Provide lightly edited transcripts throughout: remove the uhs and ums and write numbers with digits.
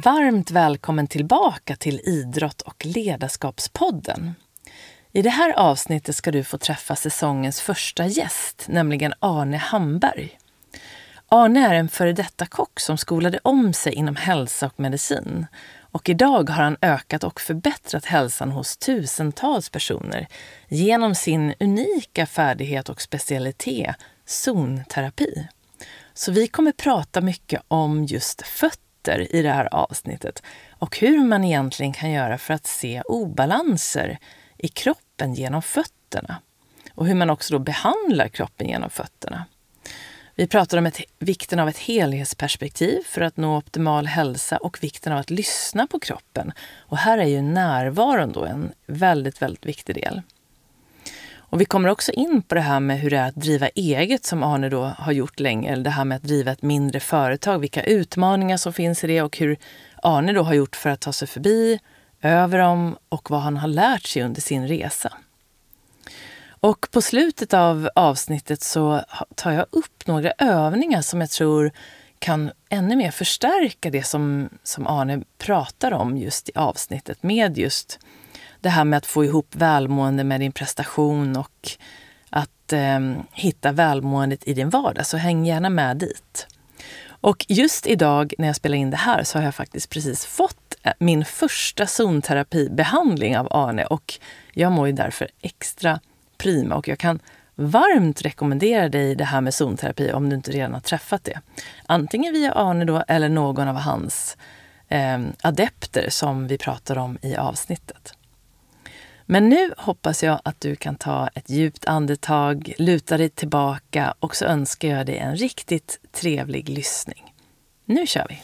Varmt välkommen tillbaka till Idrott- och ledarskapspodden. I det här avsnittet ska du få träffa säsongens första gäst, nämligen Arne Hamberg. Arne är en före detta kock som skolade om sig inom hälsa och medicin. Och idag har han ökat och förbättrat hälsan hos tusentals personer genom sin unika färdighet och specialitet, zonterapi. Så vi kommer prata mycket om just fötter i det här avsnittet och hur man egentligen kan göra för att se obalanser i kroppen genom fötterna och hur man också då behandlar kroppen genom fötterna. Vi pratar om vikten av ett helhetsperspektiv för att nå optimal hälsa och vikten av att lyssna på kroppen. Och här är ju närvaron då en väldigt, väldigt viktig del. Och vi kommer också in på det här med hur det är att driva eget som Arne då har gjort länge. Eller det här med att driva ett mindre företag, vilka utmaningar som finns i det och hur Arne då har gjort för att ta sig förbi, över dem och vad han har lärt sig under sin resa. Och på slutet av avsnittet så tar jag upp några övningar som jag tror kan ännu mer förstärka det som Arne pratar om just i avsnittet. Med just det här med att få ihop välmående med din prestation och att hitta välmåendet i din vardag. Så häng gärna med dit. Och just idag när jag spelar in det här så har jag faktiskt precis fått min första zonterapibehandling av Arne. Och jag mår ju därför extra prima och jag kan varmt rekommendera dig det här med zonterapi om du inte redan har träffat det. Antingen via Arne då eller någon av hans adepter som vi pratar om i avsnittet. Men nu hoppas jag att du kan ta ett djupt andetag, luta dig tillbaka och så önskar jag dig en riktigt trevlig lyssning. Nu kör vi!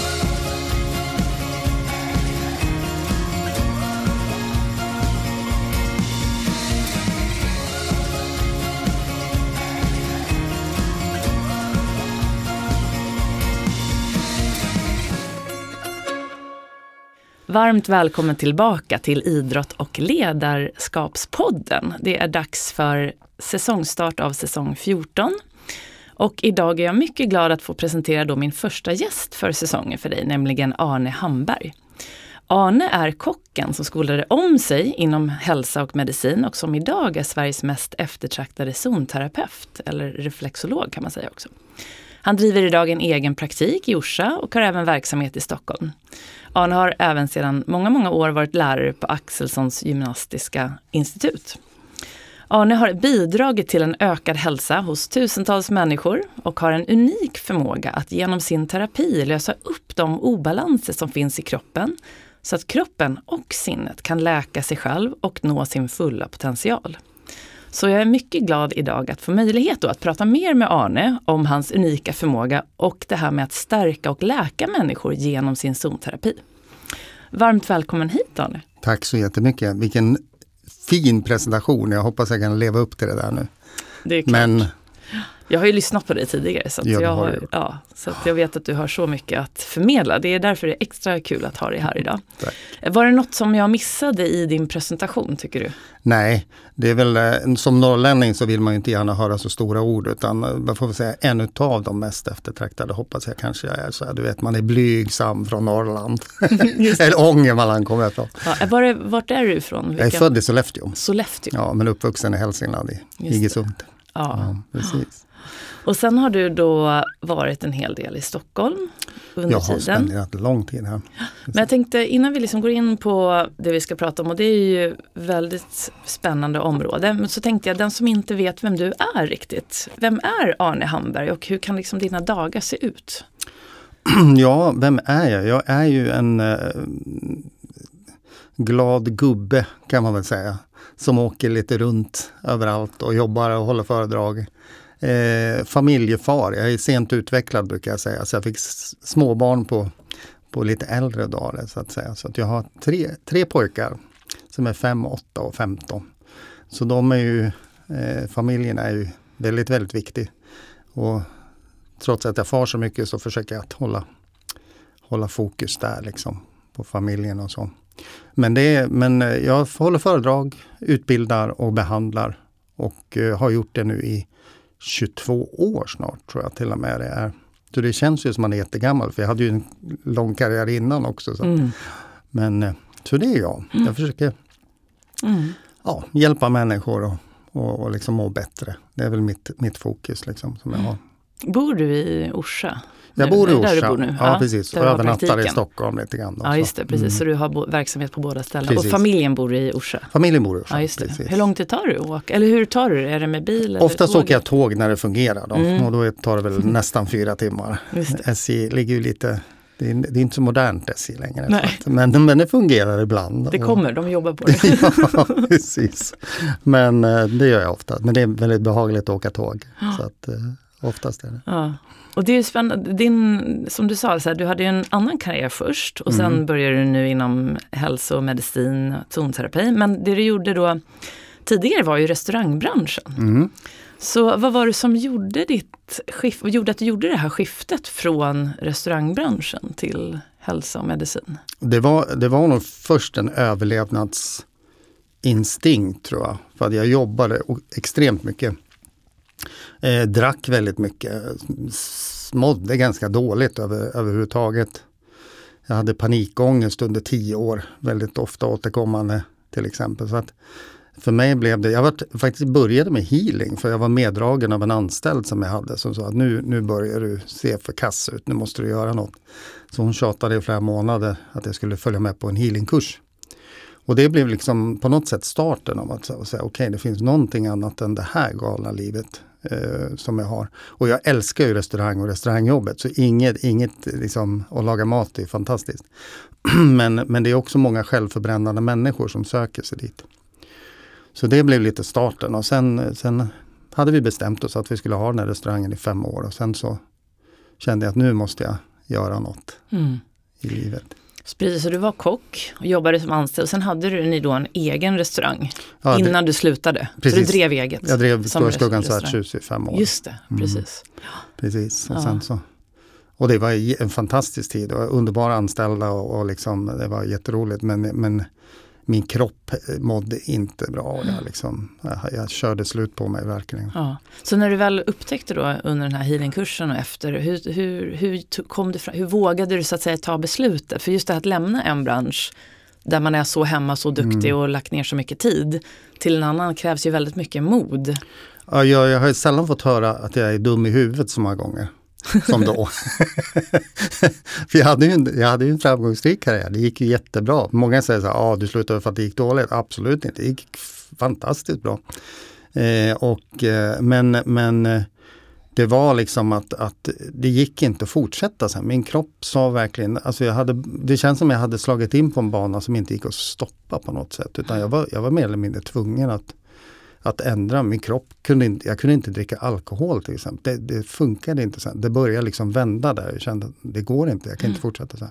Varmt välkommen tillbaka till Idrott- och ledarskapspodden. Det är dags för säsongstart av säsong 14. Och idag är jag mycket glad att få presentera då min första gäst för säsongen för dig, nämligen Arne Hamberg. Arne är kocken som skolade om sig inom hälsa och medicin och som idag är Sveriges mest eftertraktade zonterapeut, eller reflexolog kan man säga också. Han driver idag en egen praktik i Orsa och har även verksamhet i Stockholm. Arne har även sedan många år varit lärare på Axelssons gymnastiska institut. Arne har bidragit till en ökad hälsa hos tusentals människor och har en unik förmåga att genom sin terapi lösa upp de obalanser som finns i kroppen så att kroppen och sinnet kan läka sig själv och nå sin fulla potential. Så jag är mycket glad idag att få möjlighet då att prata mer med Arne om hans unika förmåga och det här med att stärka och läka människor genom sin zonterapi. Varmt välkommen hit, Arne. Tack så jättemycket. Vilken fin presentation. Jag hoppas jag kan leva upp till det där nu. Det är klart. Men jag har ju lyssnat på dig tidigare så att jag vet att du har så mycket att förmedla. Det är därför det är extra kul att ha dig här idag. Tack. Var det något som jag missade i din presentation tycker du? Nej, det är väl som norrlänning så vill man ju inte gärna höra så stora ord utan man får väl säga en utav de mest eftertraktade hoppas jag kanske jag är. Så här, du vet man är blygsam från Norrland. Eller Ångermanland kommer jag ifrån. Ja, vart är du ifrån? Jag är född i Sollefteå. Sollefteå? Ja, men uppvuxen i Hälsingland i Iggesund. Ja, precis. Och sen har du då varit en hel del i Stockholm under tiden. Jag har spenderat lång tid här. Men jag tänkte innan vi liksom går in på det vi ska prata om och det är ju väldigt spännande område. Men så tänkte jag den som inte vet vem du är riktigt. Vem är Arne Hamberg och hur kan liksom dina dagar se ut? Ja, vem är jag? Jag är ju en glad gubbe kan man väl säga. Som åker lite runt överallt och jobbar och håller föredrag. Familjefar, jag är sent utvecklad brukar jag säga. Så jag fick småbarn på lite äldre dagar så att säga. Så att jag har tre pojkar som är 5, 8 och 15. Så de är ju, familjen är ju väldigt, väldigt viktig. Och trots att jag far så mycket så försöker jag att hålla fokus där liksom på familjen och så. Men jag håller föredrag, utbildar och behandlar och har gjort det nu i 22 år snart tror jag till och med det är. Så det känns ju som man är jättegammal, för jag hade ju en lång karriär innan också. Så. Men så det är jag. Jag försöker hjälpa människor och liksom må bättre. Det är väl mitt fokus liksom, som jag har. Bor du i Orsa? Jag bor i Orsa, där du bor nu. Ja, precis. Och övernattar i Stockholm lite grann. Ja, just det, precis. Så du har verksamhet på båda ställen. Precis. Och familjen bor i Orsa? Familjen bor i Orsa, ja, just det. Precis. Hur lång tid tar du att åka? Eller hur tar du det? Är det med bil? Oftast åker jag tåg när det fungerar då. Och då tar det väl nästan 4 timmar. SJ ligger ju lite... Det är inte så modernt SJ längre. Men det fungerar ibland. Det kommer, de jobbar på det. Ja, precis. Men det gör jag ofta. Men det är väldigt behagligt att åka tåg. Så att oftast är det. Ja. Och det är spännande. Som du sa, så här, du hade ju en annan karriär först. Och sen började du nu inom hälso- och medicin och zonterapi. Men det du gjorde då tidigare var ju restaurangbranschen. Så vad var det som gjorde att du gjorde det här skiftet från restaurangbranschen till hälsa och medicin? Det var nog först en överlevnadsinstinkt, tror jag. För att jag jobbade extremt mycket. Drack väldigt mycket. Mådde ganska dåligt överhuvudtaget. Jag hade panikångest under 10 år. Väldigt ofta återkommande till exempel. Så att för mig blev det, jag började med healing, för jag var meddragen av en anställd som jag hade som sa att nu börjar du se för kass ut, nu måste du göra något. Så hon tjatade i flera månader att jag skulle följa med på en healingkurs. Och det blev liksom på något sätt starten av att säga okej, det finns någonting annat än det här galna livet som jag har. Och jag älskar ju restaurang och restaurangjobbet, så inget liksom, att laga mat är fantastiskt. men det är också många självförbrännande människor som söker sig dit. Så det blev lite starten, och sen hade vi bestämt oss att vi skulle ha den här restaurangen i 5 år, och sen så kände jag att nu måste jag göra något i livet. Så du var kock och jobbade som anställd, och sen hade ni då en egen restaurang innan du slutade. Precis. Så du drev eget. Jag drev Skuggans värdshus i 5 år. Just det, precis. Precis, och sen så. Och det var en fantastisk tid och underbara anställda och liksom, det var jätteroligt, men min kropp mådde inte bra. Jag körde slut på mig verkligen. Ja. Så när du väl upptäckte då under den här healingkursen och efter, hur kom du fram, hur vågade du så att säga ta beslutet? För just det här att lämna en bransch där man är så hemma, så duktig och lagt ner så mycket tid, till en annan krävs ju väldigt mycket mod. Ja, jag har sällan fått höra att jag är dum i huvudet så många gånger. Som då. För jag hade ju en framgångsrik karriär. Det gick ju jättebra. Många säger så här, du slutade för att det gick dåligt. Absolut inte. Det gick fantastiskt bra. Men det var liksom att det gick inte att fortsätta sen. Min kropp sa verkligen, alltså det känns som jag hade slagit in på en bana som inte gick att stoppa på något sätt. Utan jag var mer eller mindre tvungen att ändra min kropp. Jag kunde inte dricka alkohol till exempel. Det funkade inte sen. Det började liksom vända där. Jag kände att det går inte. Jag kan inte fortsätta så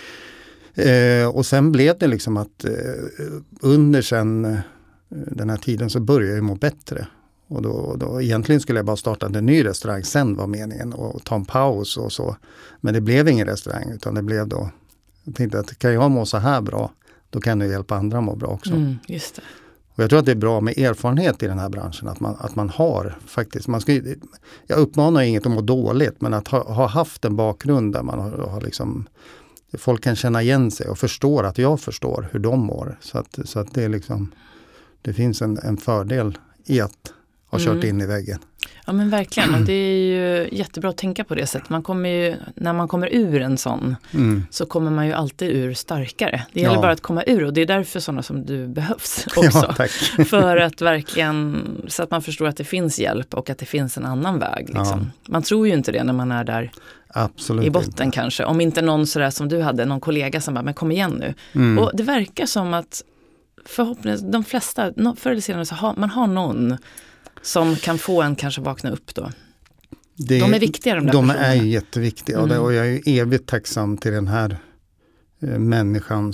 här. Och sen blev det liksom att under sen den här tiden så började jag må bättre. Och då egentligen skulle jag bara starta en ny restaurang. Sen var meningen och ta en paus och så. Men det blev ingen restaurang, utan det blev då, jag tänkte att kan jag må så här bra, då kan jag hjälpa andra må bra också. Just det. Och jag tror att det är bra med erfarenhet i den här branschen, att man har faktiskt, jag uppmanar inget att må dåligt, men att ha haft en bakgrund där man har liksom, folk kan känna igen sig och förstår att jag förstår hur de mår. Så att det är liksom, det finns en fördel i att ha kört in i väggen. Ja, men verkligen. Och det är ju jättebra att tänka på det sättet. När man kommer ur en sån så kommer man ju alltid ur starkare. Det gäller bara att komma ur, och det är därför sådana som du behövs också. Ja, tack. För att verkligen, så att man förstår att det finns hjälp och att det finns en annan väg. Liksom. Man tror ju inte det när man är där. Absolut i botten inte. Kanske. Om inte någon sådär som du hade, någon kollega som bara, men kom igen nu. Och det verkar som att förhoppningsvis de flesta, förr eller senare så man har någon som kan få en kanske vakna upp då. De är viktiga, de där personerna. De är jätteviktiga och jag är ju evigt tacksam till den här människan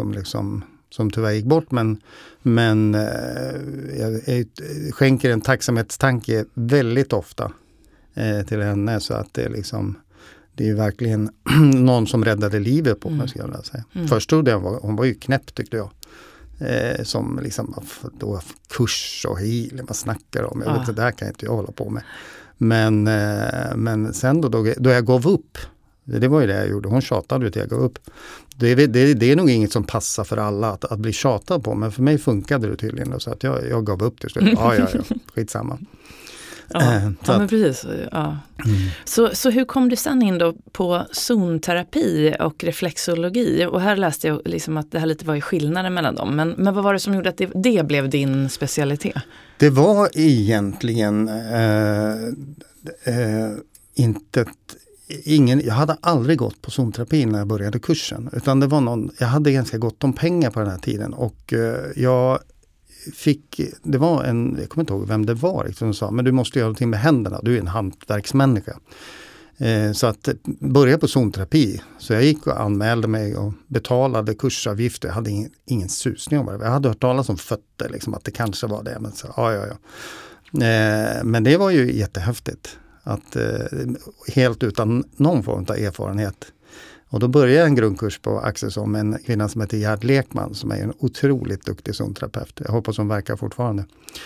som tyvärr gick bort, men jag skänker en tacksamhetstanke väldigt ofta till henne, så att det är liksom, det är verkligen någon som räddade livet på mig, skulle jag vilja säga. Först trodde jag hon var ju knäpp, tyckte jag. Som liksom då kurs och healing, man snackar om. Jag vet, det där kan inte jag hålla på med. Men sen då jag gav upp, det var ju det jag gjorde, hon tjatade ut, jag gav upp. Det är nog inget som passar för alla att bli tjatad på, men för mig funkade det tydligen då, så att jag gav upp till slut. Ja, skitsamma. Ja, men precis. Ja. Så hur kom du sen in då på zonterapi och reflexologi? Och här läste jag liksom att det här lite var i skillnaden mellan dem. Men vad var det som gjorde att det blev din specialitet? Det var egentligen jag hade aldrig gått på zonterapi när jag började kursen. Utan det var jag hade ganska gott om pengar på den här tiden. Och jag kommer inte ihåg vem det var som sa, men du måste göra någonting med händerna, du är en hantverksmänniska. Så att börja på zonterapi. Så jag gick och anmälde mig och betalade kursavgifter. Jag hade ingen susning om det. Jag hade hört talas om fötter, liksom, att det kanske var det. Men, så, ja. Men det var ju jättehäftigt. Att, helt utan någon form av erfarenhet. Och då började en grundkurs på Axelsson med en kvinna som heter Gerd Lekman, som är en otroligt duktig zonterapeut. Jag hoppas hon verkar fortfarande.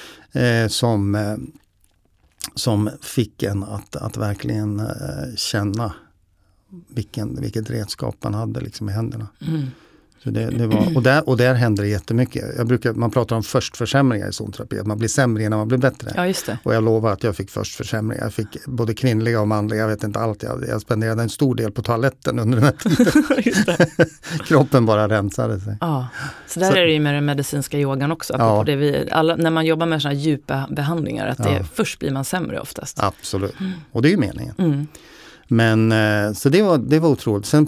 Som fick en att verkligen känna vilket redskap man hade liksom i händerna. Mm. Så det var, och där hände det jättemycket. Man pratar om förstförsämringar i zonterapi, att man blir sämre innan man blir bättre. Ja, just det. Och jag lovar att jag fick förstförsämringar. Jag fick både kvinnliga och manliga, jag vet inte allt. Jag spenderade en stor del på toaletten under den här tiden. Just det. Kroppen bara rensade sig. Ja, så där är det ju med den medicinska yogan också. Ja. När man jobbar med sådana här djupa behandlingar, att först blir man sämre oftast. Absolut, och det är ju meningen. Mm. Men så det var otroligt. Sen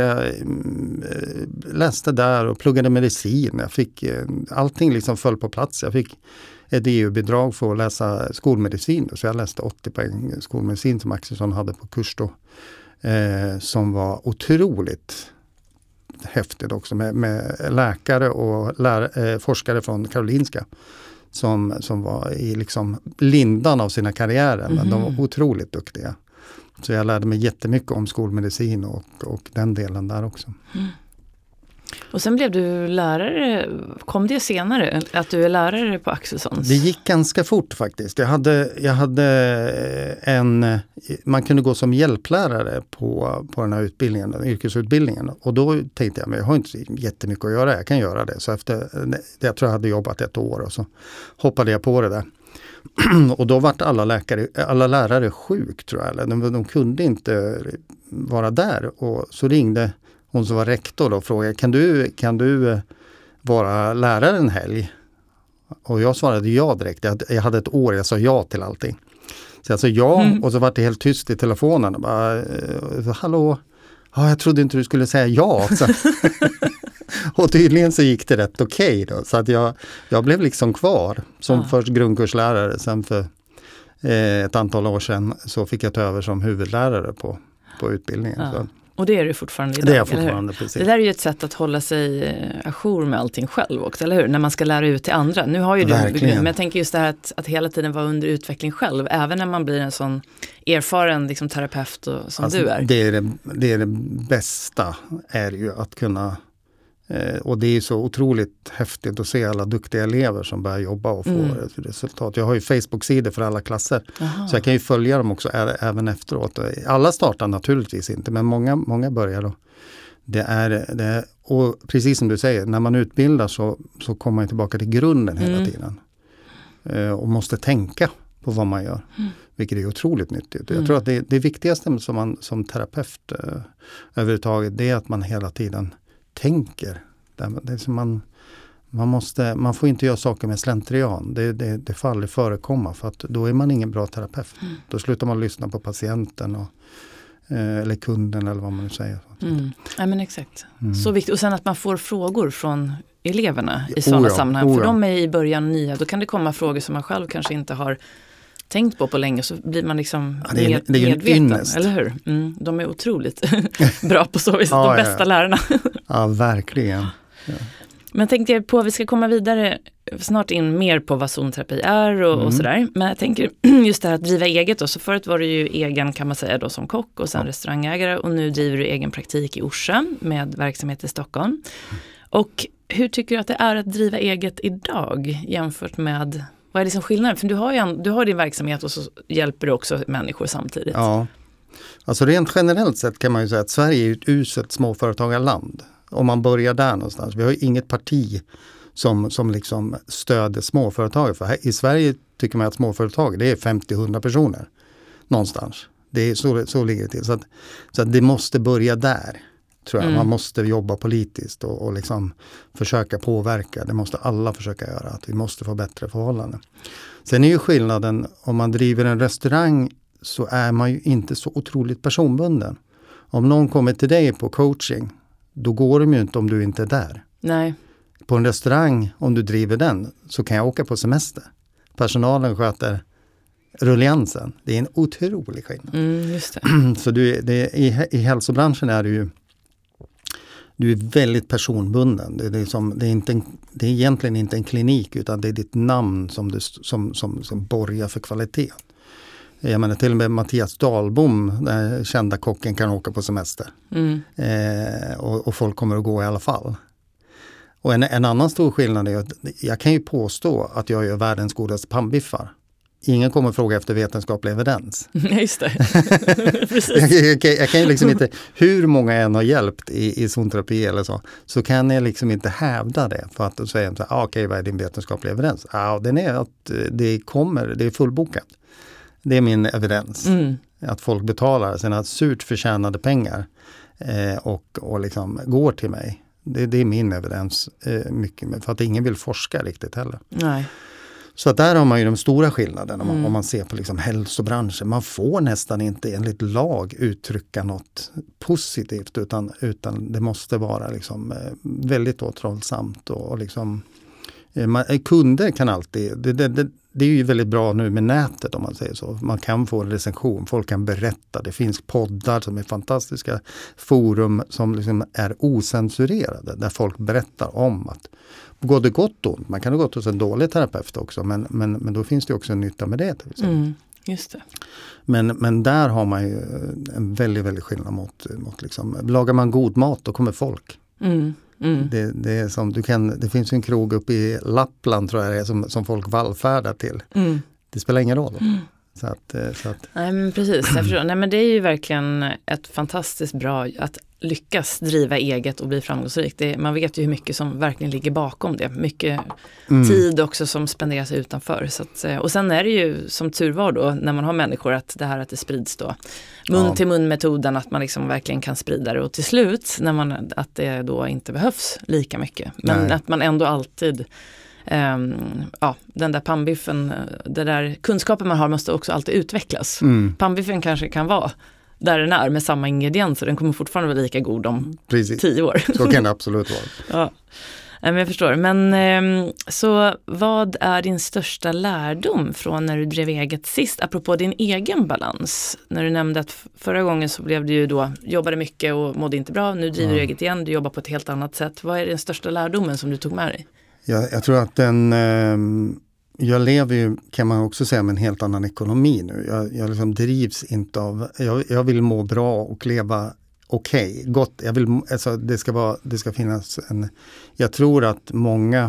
läste där och pluggade medicin. Jag fick, allting liksom föll på plats. Jag fick ett EU-bidrag för att läsa skolmedicin. Så jag läste 80 poäng skolmedicin som Axelsson hade på kurs då. Som var otroligt häftigt också. Med läkare och forskare från Karolinska. Som var i liksom lindan av sina karriärer. Men de var otroligt duktiga. Så jag lärde mig jättemycket om skolmedicin och den delen där också. Mm. Och sen blev du lärare, kom det senare att du är lärare på Axelssons? Det gick ganska fort faktiskt. Jag hade man kunde gå som hjälplärare på den här utbildningen, yrkesutbildningen. Och då tänkte jag, men jag har inte jättemycket att göra, jag kan göra det. Så jag tror jag hade jobbat 1 år och så hoppade jag på det där. Och då var alla lärare sjuk, tror jag. Eller de kunde inte vara där. Och så ringde hon som var rektor och frågade, kan du vara lärare en helg? Och jag svarade ja direkt. Jag hade 1 år, jag sa ja till allting. Så jag sa ja, och så var det helt tyst i telefonen. Och bara, hallå? Ja, jag trodde inte du skulle säga ja. Och tydligen så gick det rätt okej då. Så att jag blev liksom kvar som först grundkurslärare. Sen för ett antal år sedan så fick jag ta över som huvudlärare på utbildningen. Ja. Så. Och det är du fortfarande idag, det är jag fortfarande, precis. Det där är ju ett sätt att hålla sig ajour med allting själv också, eller hur? När man ska lära ut till andra. Nu har ju du, men jag tänker just det här att hela tiden vara under utveckling själv, även när man blir en sån erfaren liksom, terapeut som alltså, du är. Det är det bästa, är ju att kunna, och det är så otroligt häftigt att se alla duktiga elever som börjar jobba och få resultat. Jag har ju Facebook-sidor för alla klasser. Aha. Så jag kan ju följa dem också även efteråt. Alla startar naturligtvis inte, men många börjar då. Och precis som du säger, när man utbildar så kommer man tillbaka till grunden hela tiden. Och måste tänka på vad man gör. Vilket är otroligt nyttigt. Jag tror att det viktigaste som terapeut överhuvudtaget, det är att man hela tiden tänker. Det är som man får inte göra saker med slentrian. Det får aldrig förekomma, för att då är man ingen bra terapeut. Då slutar man lyssna på patienten eller kunden eller vad man nu säger. Ja, men exakt. Så viktigt. Och sen att man får frågor från eleverna i sådana sammanhang. För de är i början nya. Då kan det komma frågor som man själv kanske inte har tänkt på länge, så blir man liksom medveten, eller hur? De är otroligt bra på så vis, de bästa lärarna. Ja, verkligen. Ja. Men tänkte jag på, vi ska komma vidare snart in mer på vad zonterapi är och sådär. Men jag tänker just det här att driva eget då. Så förut var du ju egen, kan man säga då, som kock och sen restaurangägare, och nu driver du egen praktik i Orsa med verksamhet i Stockholm. Och hur tycker du att det är att driva eget idag jämfört med Vad är liksom skillnaden? För du har din verksamhet och så hjälper du också människor samtidigt. Ja, alltså rent generellt sett kan man ju säga att Sverige är ett uselt småföretagarland. Om man börjar där någonstans. Vi har ju inget parti som liksom stöder småföretag. För här, i Sverige tycker man att småföretag det är 50-100 personer någonstans. Det är så ligger det till. Så att det måste börja där. Tror jag. Man måste jobba politiskt och liksom försöka påverka. Det måste alla försöka göra. Att vi måste få bättre förhållanden. Sen är ju skillnaden om man driver en restaurang så är man ju inte så otroligt personbunden. Om någon kommer till dig på coaching då går de ju inte om du inte är där. Nej. På en restaurang, om du driver den, så kan jag åka på semester. Personalen sköter rulliansen. Det är en otrolig skillnad. Just det. Så i hälsobranschen är du är väldigt personbunden. Det är egentligen inte en klinik utan det är ditt namn som borgar för kvalitet. Jag menar till och med Mattias Dahlbom, den kända kocken, kan åka på semester. Och folk kommer att gå i alla fall. Och en annan stor skillnad är att jag kan ju påstå att jag gör världens godaste pannbiffar. Ingen kommer fråga efter vetenskaplig evidens. Just det. jag kan ju liksom inte, hur många jag än har hjälpt i zonterapi eller så kan jag liksom inte hävda det. För att säga okej, vad är din vetenskapliga evidens? Ja, den är att det är fullbokat. Det är min evidens. Att folk betalar sina surt förtjänade pengar och liksom går till mig. Det är min evidens mycket. För att ingen vill forska riktigt heller. Nej. Så att där har man ju de stora skillnaderna om man ser på liksom hälsobranschen. Man får nästan inte enligt lag uttrycka något positivt utan det måste vara liksom väldigt återhållsamt och liksom kunder kan alltid, det är ju väldigt bra nu med nätet om man säger så. Man kan få en recension, folk kan berätta, det finns poddar som är fantastiska, forum som liksom är osensurerade där folk berättar om att går det gott och ont, man kan ha gått hos en dålig terapeut också men då finns det också en nytta med det. Just det. Men där har man ju en väldigt, väldigt skillnad mot liksom, lagar man god mat då kommer folk. Det är som det finns en krog uppe i Lappland tror jag det är som folk vallfärdar till. Det spelar ingen roll. Så att. Nej men precis, jag förstår. Nej men det är ju verkligen ett fantastiskt bra att lyckas driva eget och bli framgångsrik. Man vet ju hur mycket som verkligen ligger bakom det. Mycket tid också som spenderas utanför. Så att, och sen är det ju som tur var då när man har människor att det sprids då. Mun till mun metoden att man liksom verkligen kan sprida det och till slut att det då inte behövs lika mycket. Men att man ändå alltid den där pannbiffen, det där kunskapen man har måste också alltid utvecklas. Pannbiffen kanske kan vara där den är med samma ingredienser. Den kommer fortfarande vara lika god om 10 år. Så kan det absolut vara. Ja, men jag förstår. Men så vad är din största lärdom från när du drev eget sist? Apropå din egen balans. När du nämnde att förra gången så blev du ju då, jobbade mycket och mådde inte bra. Nu driver du eget igen, du jobbar på ett helt annat sätt. Vad är den största lärdomen som du tog med dig? Jag tror att jag lever ju, kan man också säga, med en helt annan ekonomi nu. Jag liksom drivs inte av, jag vill må bra och leva gott. Jag vill, alltså det ska finnas jag tror att många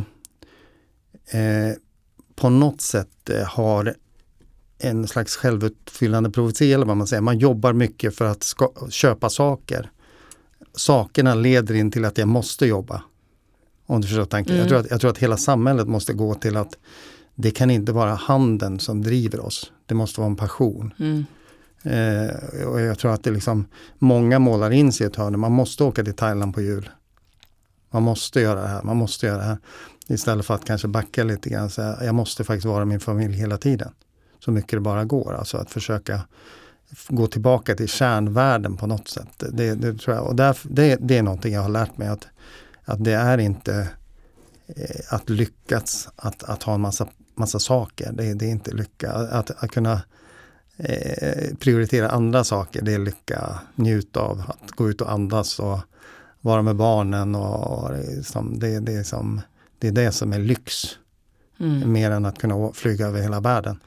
på något sätt har en slags självuppfyllande profetia eller vad man säger. Man jobbar mycket för att köpa saker. Sakerna leder in till att jag måste jobba. Om du förstår tanken. Jag tror att hela samhället måste gå till att det kan inte vara handeln som driver oss. Det måste vara en passion. Och jag tror att det liksom, många målar in sig i ett hörn. Man måste åka till Thailand på jul. Man måste göra det här. Man måste göra det här. Istället för att kanske backa lite grann och säga, jag måste faktiskt vara min familj hela tiden. Så mycket det bara går. Alltså att försöka gå tillbaka till kärnvärden på något sätt. Det tror jag. Och det är någonting jag har lärt mig att det är inte att lyckas att ha en massa saker. Det är inte lycka. Att kunna prioritera andra saker, det är lycka. Njuta av att gå ut och andas och vara med barnen. Och det är det som är lyx. Mer än att kunna flyga över hela världen.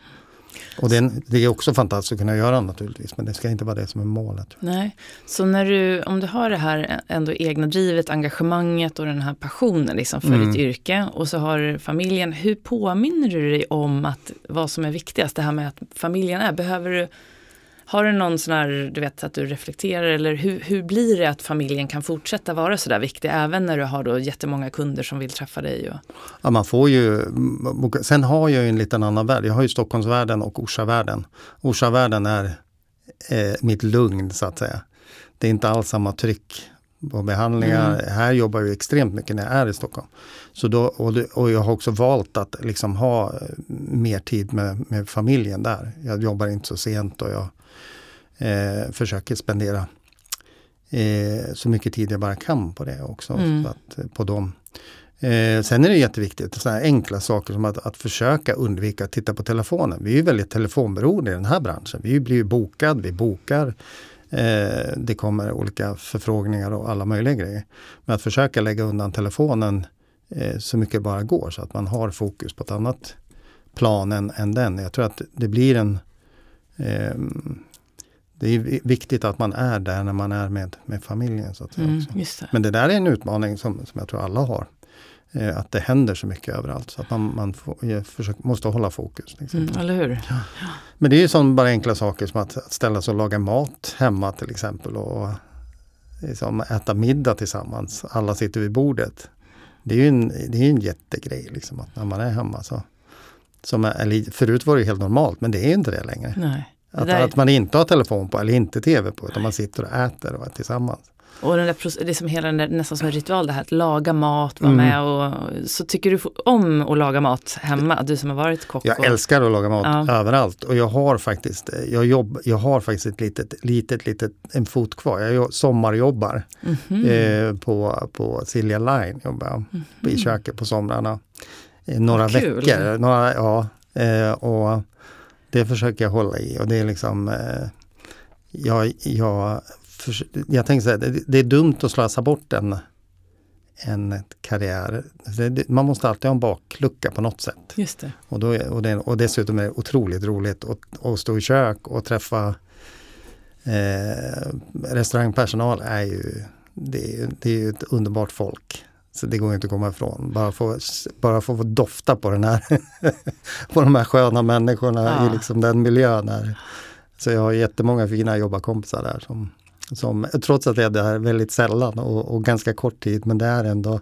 Och det är också fantastiskt att kunna göra naturligtvis, men det ska inte vara det som är målet. Nej, så om du har det här ändå egna drivet, engagemanget och den här passionen liksom för ditt yrke och så har familjen, hur påminner du dig om vad som är viktigast? Det här med att familjen har du någon sån här, du vet, att du reflekterar eller hur blir det att familjen kan fortsätta vara så där viktig även när du har då jättemånga kunder som vill träffa dig? Ja, man får ju, sen har jag ju en liten annan värld. Jag har ju Stockholmsvärlden och Orsavärlden. Orsavärlden är mitt lugn så att säga. Det är inte alls samma tryck på behandlingar. Här jobbar jag extremt mycket när jag är i Stockholm. Så och jag har också valt att liksom ha mer tid med familjen där. Jag jobbar inte så sent och jag försöker spendera så mycket tid jag bara kan på det också. Så att, på dem. Sen är det jätteviktigt, sådana här enkla saker som att försöka undvika att titta på telefonen. Vi är ju väldigt telefonberoende i den här branschen. Vi blir bokad, vi bokar. Det kommer olika förfrågningar och alla möjliga grejer. Men att försöka lägga undan telefonen så mycket det bara går så att man har fokus på ett annat plan än den. Jag tror att det blir det är viktigt att man är där när man är med familjen. Så att säga också. Just det. Men det där är en utmaning som jag tror alla har. Att det händer så mycket överallt. Så att man måste hålla fokus. Liksom. Eller hur? Ja. Men det är ju som bara enkla saker som att ställa sig och laga mat hemma till exempel. Och liksom äta middag tillsammans. Alla sitter vid bordet. Det är ju en jättegrej liksom, att när man är hemma. Förut var det helt normalt, men det är inte det längre. Nej. Att man inte har telefon på eller inte tv på, utan man sitter och äter och är tillsammans. Och det är som hela nästan som en ritual det här att laga mat, vara med och så tycker du om att laga mat hemma, du som har varit kock? Jag älskar att laga mat överallt och jag har faktiskt en fot kvar. Jag sommarjobbar på Silja Line, jobbar i köket på somrarna. Några veckor. Och det försöker jag hålla i och det är liksom jag tänker så här, det är dumt att slösa bort en karriär. Man måste alltid ha en baklucka på något sätt. Just det. Och dessutom är det otroligt roligt att stå i kök och träffa restaurangpersonal det är ju ett underbart folk. Så det går inte att komma ifrån. Bara få dofta på den här på de här sköna människorna i liksom den miljön här. Så jag har jättemånga fina jobbarkompisar där som trots att det är väldigt sällan och ganska kort tid, men det är ändå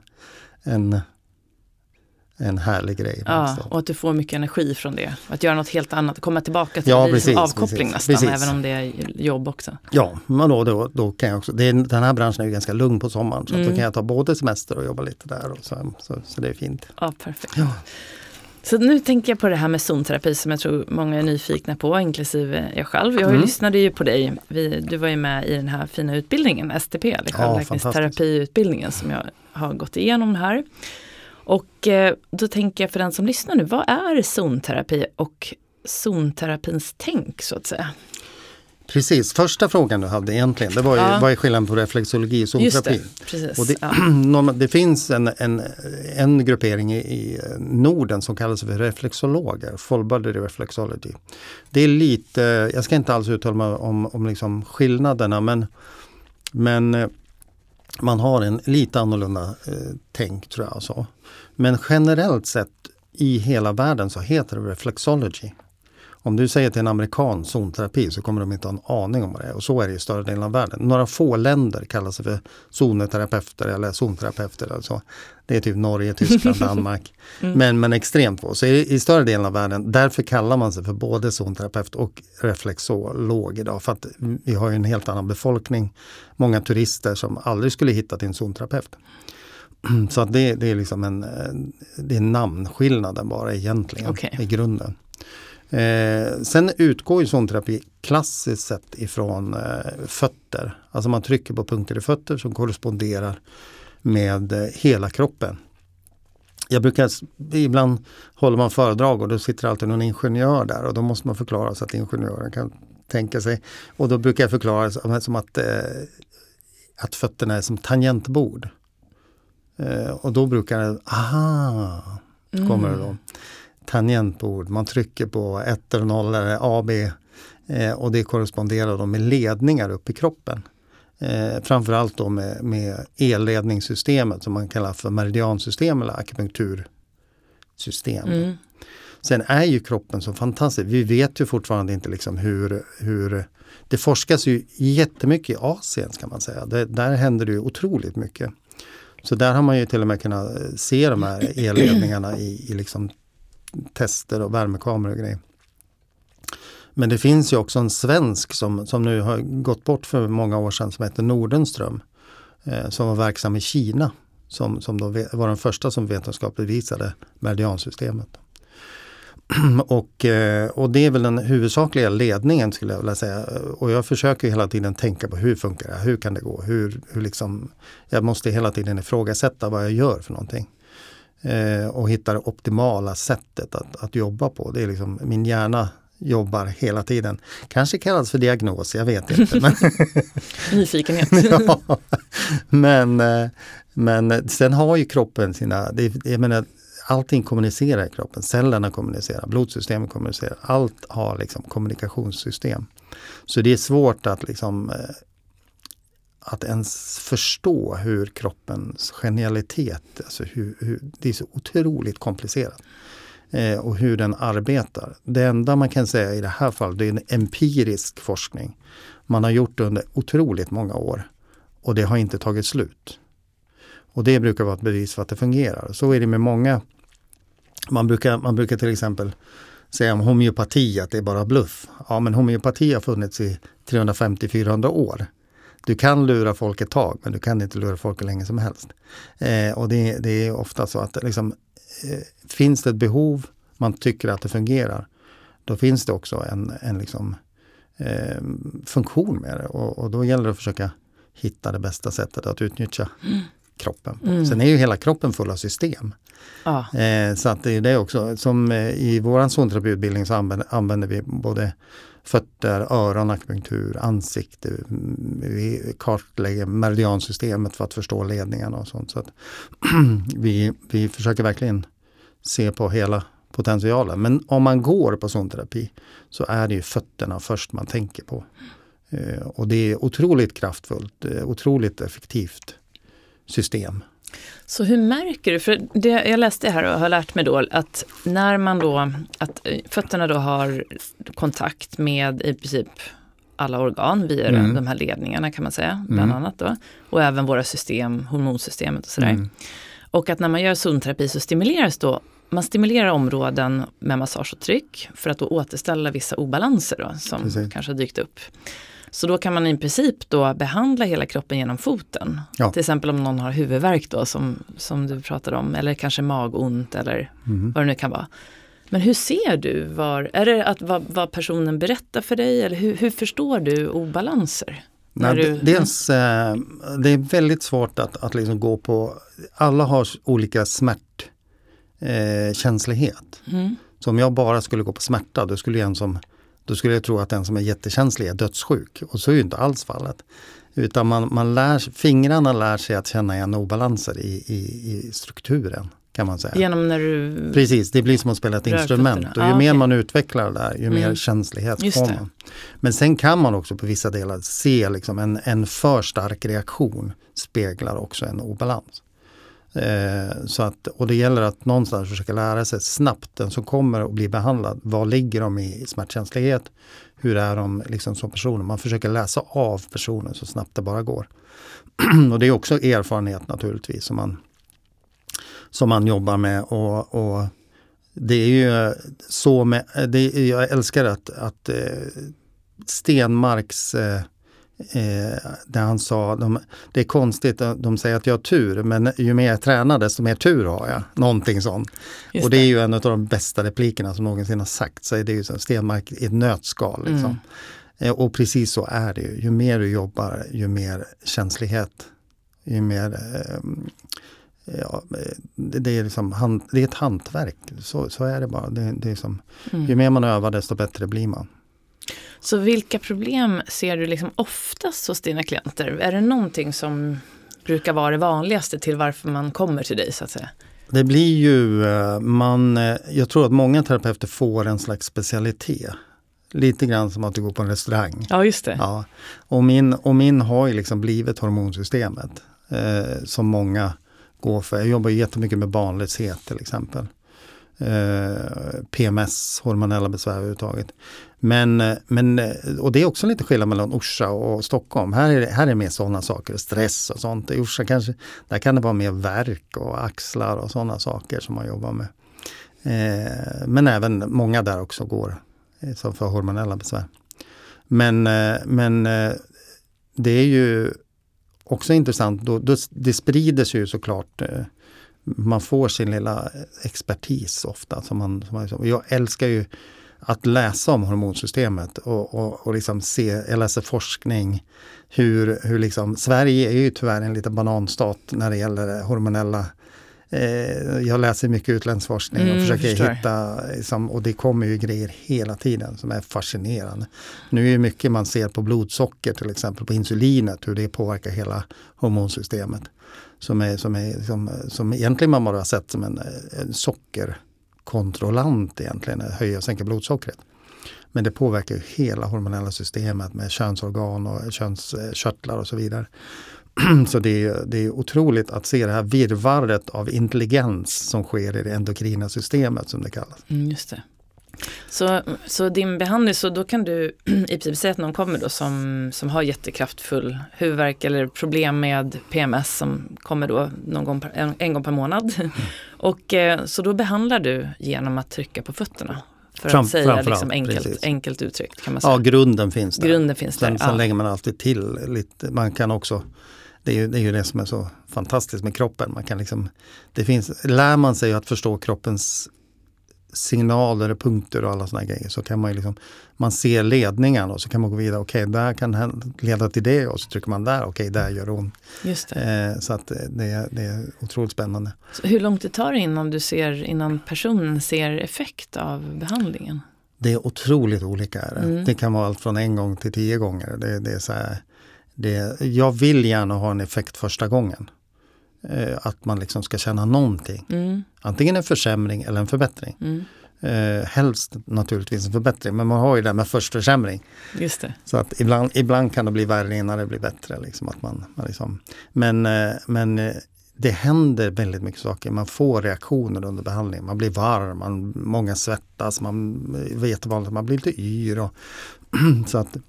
en härlig grej. Ja, och att du får mycket energi från det. Att göra något helt annat, komma tillbaka till avkoppling nästan, även om det är jobb också. Ja, men då kan jag också, den här branschen är ju ganska lugn på sommaren, så då kan jag ta både semester och jobba lite där. Och så det är fint. Ja, perfekt. Ja. Så nu tänker jag på det här med zonterapi som jag tror många är nyfikna på, inklusive jag själv. Jag lyssnade ju på dig. Du var ju med i den här fina utbildningen, STP, eller självläkningsterapiutbildningen som jag har gått igenom här. Och då tänker jag för den som lyssnar nu, vad är zonterapi och zonterapins tänk så att säga? Precis, första frågan du hade egentligen, det var ju vad är skillnaden på reflexologi och zonterapi? Precis. Och det finns en gruppering i Norden som kallas för reflexologer, full body reflexology. Det är lite, jag ska inte alls uttala mig om liksom skillnaderna, men man har en lite annorlunda tänk tror jag. Så. Men generellt sett i hela världen så heter det reflexology. Om du säger till en amerikan zonterapi så kommer de inte ha en aning om vad det är. Och så är det i större delen av världen. Några få länder kallar sig för zoneterapeuter eller zonterapeuter. Alltså. Det är typ Norge, Tyskland, Danmark. Men extremt få. Så i större delen av världen, därför kallar man sig för både zonterapeut och reflexolog idag. För att vi har ju en helt annan befolkning. Många turister som aldrig skulle hitta till en zonterapeut. Så att det är liksom det är namnskillnaden bara egentligen i grunden. Sen utgår ju zonterapi klassiskt sett ifrån fötter. Alltså man trycker på punkter i fötter som korresponderar med hela kroppen. Ibland håller man föredrag och då sitter alltid någon ingenjör där och då måste man förklara så att ingenjören kan tänka sig. Och då brukar jag förklara som att fötterna är som tangentbord. Och då brukar det, kommer det då. tangentbord. Man trycker på 1 eller 0 eller A, B och det korresponderar då med ledningar upp i kroppen. Framförallt då med elledningssystemet som man kallar för meridiansystem eller akupunktursystem. Sen är ju kroppen så fantastisk. Vi vet ju fortfarande inte liksom hur det forskas ju jättemycket i Asien ska man säga. Där händer det ju otroligt mycket. Så där har man ju till och med kunnat se de här elledningarna i liksom tester och värmekameror och grejer. Men det finns ju också en svensk som nu har gått bort för många år sedan som heter Nordenström. Som var verksam i Kina. Som då var den första som vetenskapligt visade meridiansystemet. Och det är väl den huvudsakliga ledningen skulle jag vilja säga. Och jag försöker hela tiden tänka på hur funkar det? Hur kan det gå? Hur liksom, jag måste hela tiden ifrågasätta vad jag gör för någonting. Och hitta det optimala sättet att jobba på. Det är liksom, min hjärna jobbar hela tiden. Kanske kallas för diagnos, jag vet inte. Men nyfikenhet. Ja, men sen har ju kroppen sina, jag menar, allting kommunicerar i kroppen. Cellerna kommunicerar, blodsystemet kommunicerar. Allt har liksom kommunikationssystem. Så det är svårt att liksom att ens förstå hur kroppens genialitet, alltså hur det är så otroligt komplicerat. Och hur den arbetar. Det enda man kan säga i det här fallet, det är en empirisk forskning. Man har gjort det under otroligt många år. Och det har inte tagit slut. Och det brukar vara ett bevis för att det fungerar. Så är det med många. Man brukar till exempel säga om homeopati att det är bara bluff. Ja, men homeopati har funnits i 350-400 år. Du kan lura folk ett tag, men du kan inte lura folk hur länge som helst. Och det är ofta så att liksom, finns det ett behov, man tycker att det fungerar, då finns det också en liksom, funktion med det. Och då gäller det att försöka hitta det bästa sättet att utnyttja kroppen. Sen är ju hela kroppen full av system. Så att det är det också. Som i vår zonterapiutbildning så använder vi både fötter, öron, akupunktur, ansikte. Vi kartlägger meridiansystemet för att förstå ledningarna och sånt. Så att vi försöker verkligen se på hela potentialen. Men om man går på zonterapi så är det ju fötterna först man tänker på. Och det är otroligt kraftfullt, otroligt effektivt system. Så hur märker du, för jag läste här och har lärt mig då att när man då, att fötterna då har kontakt med i princip alla organ via de här ledningarna kan man säga, bland annat då, och även våra system, hormonsystemet och sådär. Och att när man gör zonterapi så stimuleras då, man stimulerar områden med massage och tryck för att då återställa vissa obalanser då, som kanske har dykt upp. Så då kan man i princip då behandla hela kroppen genom foten. Ja. Till exempel om någon har huvudvärk då som du pratade om. Eller kanske magont eller vad det nu kan vara. Men hur ser du? Är det att vad personen berättar för dig? Eller hur förstår du obalanser? Dels, det är väldigt svårt att liksom gå på. Alla har olika smärtkänslighet. Så om jag bara skulle gå på smärta, då skulle jag tro att den som är jättekänslig är dödssjuk. Och så är ju inte alls fallet. Utan fingrarna lär sig att känna igen obalanser i strukturen, kan man säga. Genom när du... Precis, det blir som att spela ett instrument. Och ju mer man utvecklar det där, ju mer känslighet får man. Men sen kan man också på vissa delar se liksom en för stark reaktion speglar också en obalans. Och det gäller att någonstans försöka lära sig snabbt den som kommer att bli behandlad. Vad ligger de i smärtkänslighet? Hur är de liksom som personer? Man försöker läsa av personen så snabbt det bara går. Och det är också erfarenhet naturligtvis som man jobbar med. Och det är ju så med, jag älskar att Stenmarks där han sa, det är konstigt, de säger att jag har tur, men ju mer jag tränar desto mer tur har jag. Någonting sånt. Och det är ju en av de bästa replikerna som någonsin har sagt. Så det är ju så Stenmark i ett nötskal. Liksom. Och precis så är det ju. Ju mer du jobbar, ju mer känslighet, ju mer... det är liksom det är ett hantverk. Så är det bara. Det är som, ju mer man övar, desto bättre blir man. Så vilka problem ser du liksom oftast hos dina klienter? Är det någonting som brukar vara det vanligaste till varför man kommer till dig så att säga? Det blir ju, jag tror att många terapeuter får en slags specialitet. Lite grann som att du går på en restaurang. Ja, just det. Ja. Och min har ju liksom blivit hormonsystemet. Som många går för. Jag jobbar jättemycket med barnlöshet till exempel. PMS, hormonella besvär överhuvudtaget. Och det är också lite skillnad mellan Orsa och Stockholm. Här är det mer sådana saker, stress och sånt. I Orsa kanske, där kan det vara mer värk och axlar och sådana saker som man jobbar med. Men även många där också går som för hormonella besvär. Men det är ju också intressant, det sprider sig ju såklart. Man får sin lilla expertis ofta. Jag älskar ju att läsa om hormonsystemet och liksom jag läser forskning. Hur liksom, Sverige är ju tyvärr en liten bananstat när det gäller hormonella. Jag läser mycket utländsk forskning och försöker hitta, liksom, och det kommer ju grejer hela tiden som är fascinerande. Nu är det mycket man ser på blodsocker till exempel, på insulinet, hur det påverkar hela hormonsystemet. Som egentligen man bara har sett som en sockerkontrollant egentligen, höja och sänka blodsockret. Men det påverkar ju hela hormonella systemet med könsorgan och könskörtlar och så vidare. Så det är otroligt att se det här virrvarret av intelligens som sker i det endokrina systemet som det kallas. Just det. Så din behandling, så då kan du i princip säga att någon kommer då som har jättekraftfull huvudvärk eller problem med PMS som kommer då en gång per månad. Och så då behandlar du genom att trycka på fötterna. För att säga liksom enkelt uttryckt kan man säga. Ja, grunden finns där. Grunden finns där. Sen lägger man alltid till lite. Man kan också, det är ju det som är så fantastiskt med kroppen. Man kan liksom, lär man sig att förstå kroppens signaler och punkter och alla såna grejer, så kan man ju liksom, man ser ledningen och så kan man gå vidare. Okej, där kan det leda till det, och så trycker man där. Okej, där gör hon. Just det. Så att det är otroligt spännande. Så hur långt det tar innan personen ser effekt av behandlingen? Det är otroligt olika. Det kan vara allt från 1 gång till 10 gånger. Det är så här, jag vill gärna ha en effekt första gången. Att man liksom ska känna någonting. Antingen en försämring eller en förbättring. Helst naturligtvis en förbättring, men man har ju det med först försämring. Just det. Så att ibland kan det bli värre innan det blir bättre. Liksom, att man liksom, men det händer väldigt mycket saker. Man får reaktioner under behandling. Man blir varm, många svettas, man vet vanligt, man blir lite yr. Så att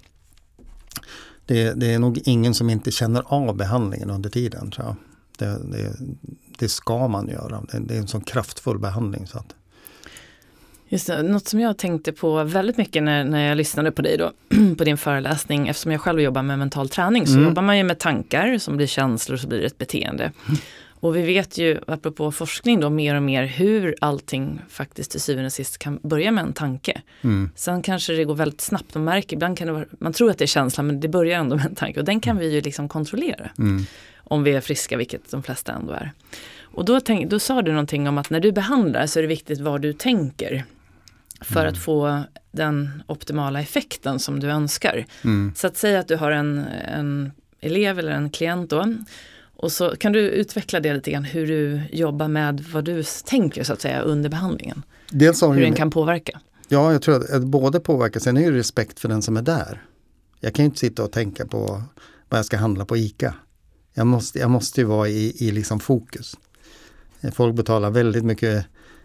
det är nog ingen som inte känner av behandlingen under tiden, tror jag. Det ska man göra. Det är en sån kraftfull behandling. Så att. Just det, något som jag tänkte på väldigt mycket när jag lyssnade på dig då, på din föreläsning, eftersom jag själv jobbar med mental träning, så jobbar man ju med tankar som blir känslor och så blir det ett beteende. Och vi vet ju, apropå forskning då, mer och mer hur allting faktiskt till syvende och sist kan börja med en tanke. Sen kanske det går väldigt snabbt och märker, ibland kan det vara, man tror att det är känslan, men det börjar ändå med en tanke, och den kan vi ju liksom kontrollera. Om vi är friska, vilket de flesta ändå är. Och då sa du någonting om att när du behandlar så är det viktigt vad du tänker för att få den optimala effekten som du önskar. Så att säga att du har en elev eller en klient då, och så kan du utveckla det lite grann, hur du jobbar med vad du tänker så att säga under behandlingen. Hur den kan påverka. Ja, jag tror att både påverkar, sen är ju respekt för den som är där. Jag kan ju inte sitta och tänka på vad jag ska handla på ICA. Jag måste ju vara i liksom fokus. Folk betalar väldigt mycket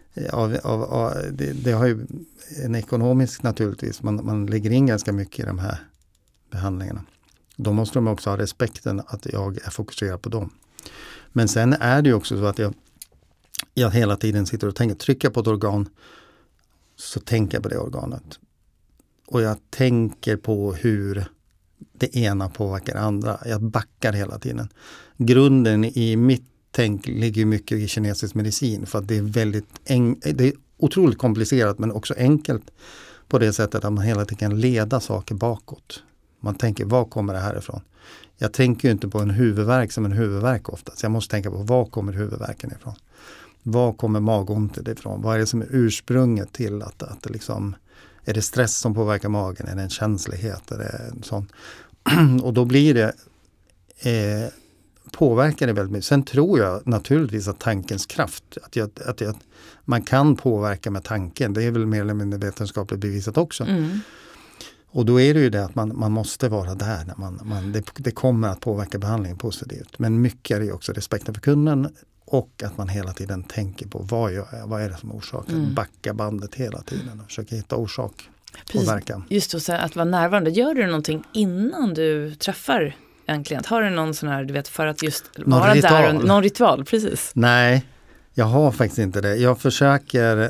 det har ju en ekonomisk naturligtvis. Man lägger in ganska mycket i de här behandlingarna. Då måste de också ha respekten att jag är fokuserad på dem. Men sen är det ju också så att jag hela tiden sitter och tänker, trycka på ett organ, så tänker jag på det organet. Och jag tänker på hur det ena påverkar det andra. Jag backar hela tiden. Grunden i mitt tänk ligger mycket i kinesisk medicin, för att det är det är otroligt komplicerat men också enkelt på det sättet att man hela tiden kan leda saker bakåt. Man tänker, var kommer det här ifrån? Jag tänker ju inte på en huvudvärk som en huvudvärk oftast. Jag måste tänka på, var kommer huvudvärken ifrån? Var kommer magontet ifrån? Vad är det som är ursprunget till att det liksom, är det stress som påverkar magen? Är det en känslighet? Är det en sån? Och då blir det påverkar det väldigt mycket. Sen tror jag naturligtvis att tankens kraft, man kan påverka med tanken. Det är väl mer eller mindre vetenskapligt bevisat också. Mm. Och då är det ju det att man måste vara där. När det kommer att påverka behandlingen positivt. Men mycket är det också respekten för kunden och att man hela tiden tänker på vad gör jag, vad är det som orsakar. Backa bandet hela tiden och försöka hitta orsak och verkan. Just det, så att vara närvarande. Gör du någonting innan du träffar en klient? Har du någon sån här, du vet, för att just vara där? Någon ritual, precis. Nej, jag har faktiskt inte det. Jag försöker,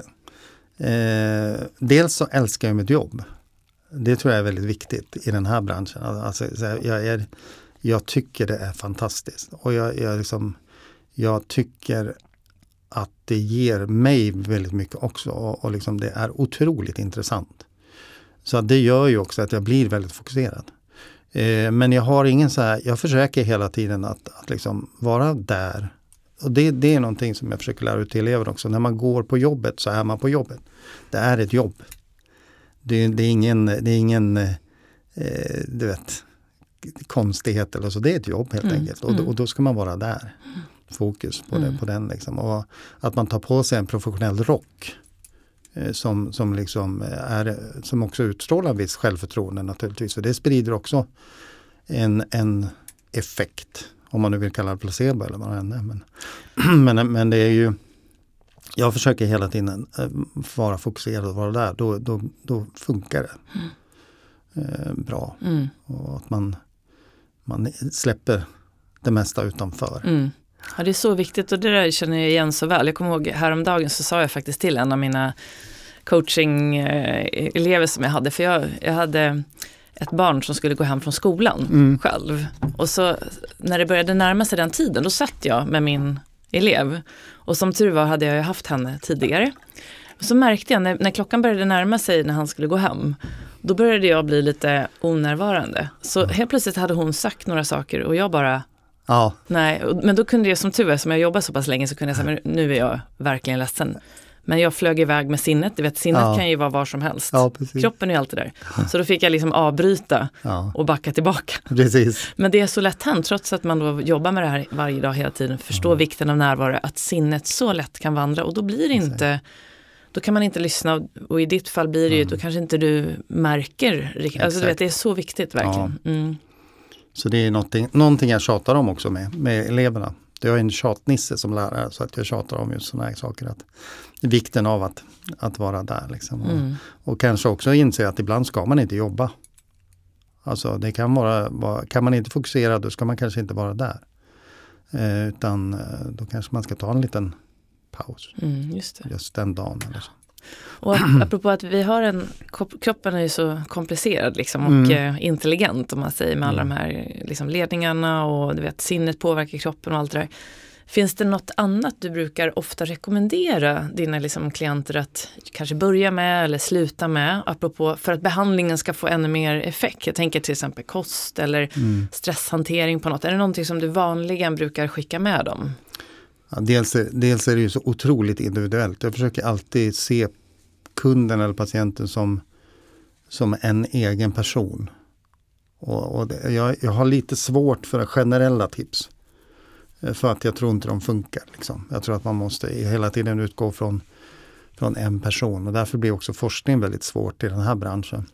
dels så älskar jag mitt jobb. Det tror jag är väldigt viktigt i den här branschen. Alltså, jag tycker det är fantastiskt. Och jag tycker att det ger mig väldigt mycket också. Och liksom det är otroligt intressant. Så det gör ju också att jag blir väldigt fokuserad. Men jag har ingen så här, jag försöker hela tiden att liksom vara där. Och det är någonting som jag försöker lära ut till elever också. När man går på jobbet så är man på jobbet. Det är ett jobb. Det är ingen du vet, konstighet eller så. Det är ett jobb helt enkelt. Och då ska man vara där. Fokus på den liksom. Och att man tar på sig en professionell rock som liksom som också utstrålar viss självförtroende naturligtvis. För det sprider också en effekt, om man nu vill kalla det placebo eller vad det är. Men det är ju, jag försöker hela tiden vara fokuserad och vara där. Då funkar det bra. Och att man släpper det mesta utanför. Ja, det är så viktigt och det där känner jag igen så väl. Jag kommer ihåg häromdagen så sa jag faktiskt till en av mina coaching-elever som jag hade. För jag hade ett barn som skulle gå hem från skolan själv. Och så när det började närma sig den tiden, då satt jag med min elev. Och som tur var hade jag haft henne tidigare. Och så märkte jag när klockan började närma sig när han skulle gå hem, då började jag bli lite onärvarande. Så helt plötsligt hade hon sagt några saker och jag bara... Ja. Nej, men då kunde jag som tur var, som jag jobbar så pass länge, så kunde jag säga, men nu är jag verkligen ledsen. Men jag flög iväg med sinnet. Du vet, sinnet kan ju vara var som helst. Ja, kroppen är alltid där. Så då fick jag liksom avbryta och backa tillbaka. Precis. Men det är så lätt hänt, trots att man då jobbar med det här varje dag hela tiden. Förstår vikten av närvaro, att sinnet så lätt kan vandra. Och då blir det inte... Då kan man inte lyssna, och i ditt fall blir det ju, då kanske inte du märker riktigt. Alltså du vet, det är så viktigt verkligen. Ja. Så det är någonting jag tjatar om också med eleverna. Det är en tjatnisse som lärare, så att jag tjatar om just sådana här saker. Att vikten av att vara där. Liksom. Och kanske också inse att ibland ska man inte jobba. Alltså det kan man inte fokusera, då ska man kanske inte vara där. Utan då kanske man ska ta en liten paus. Just den dagen eller så. Och apropå att vi har kroppen är ju så komplicerad liksom, och intelligent, om man säger, med alla de här liksom, ledningarna, och du vet, sinnet påverkar kroppen och allt det där. Finns det något annat du brukar ofta rekommendera dina liksom, klienter att kanske börja med eller sluta med, apropå för att behandlingen ska få ännu mer effekt? Jag tänker till exempel kost eller stresshantering på något. Är det någonting som du vanligen brukar skicka med dem? Ja, dels är det ju så otroligt individuellt. Jag försöker alltid se kunden eller patienten som en egen person. Jag har lite svårt för generella tips. För att jag tror inte de funkar. Liksom. Jag tror att man måste hela tiden utgå från en person. Och därför blir också forskning väldigt svårt i den här branschen.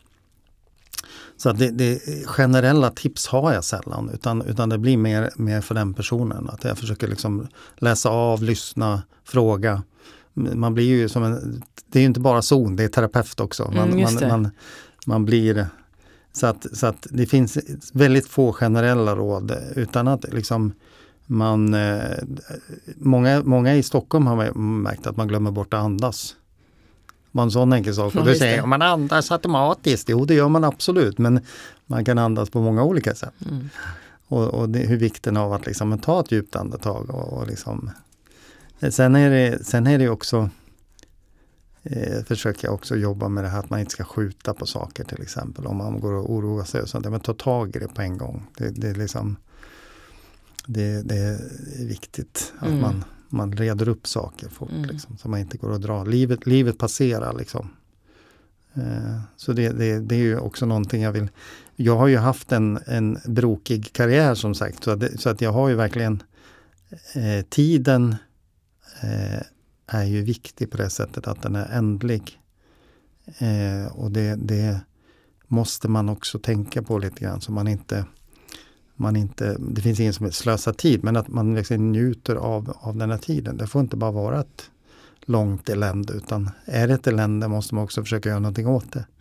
Så att det generella tips har jag sällan, utan det blir mer för den personen. Att jag försöker liksom läsa av, lyssna, fråga. Man blir ju det är ju inte bara zon, det är terapeut också. Man blir så att det finns väldigt få generella råd, utan att liksom många i Stockholm har märkt att man glömmer bort att andas. Man sån enkel sak. Och du säger, man andas automatiskt. Jo, det gör man absolut. Men man kan andas på många olika sätt. Och det, hur vikten av att liksom, ta ett djupt andetag. Och liksom. Sen är det också, försöker jag också jobba med det här att man inte ska skjuta på saker till exempel. Om man går och oroar sig och sånt. Men ta tag i det på en gång. Det är liksom, det är viktigt att man reder upp saker fort, liksom, så man inte går och drar. Livet passerar liksom. Så det är ju också någonting jag vill jag har ju haft en brokig karriär som sagt. Så att jag har ju verkligen tiden är ju viktig på det sättet att den är ändlig. Och det måste man också tänka på lite grann. Så man inte, det finns ingen som slösar tid, men att man liksom njuter av den här tiden. Det får inte bara vara ett långt elände, utan är det ett elände måste man också försöka göra någonting åt det.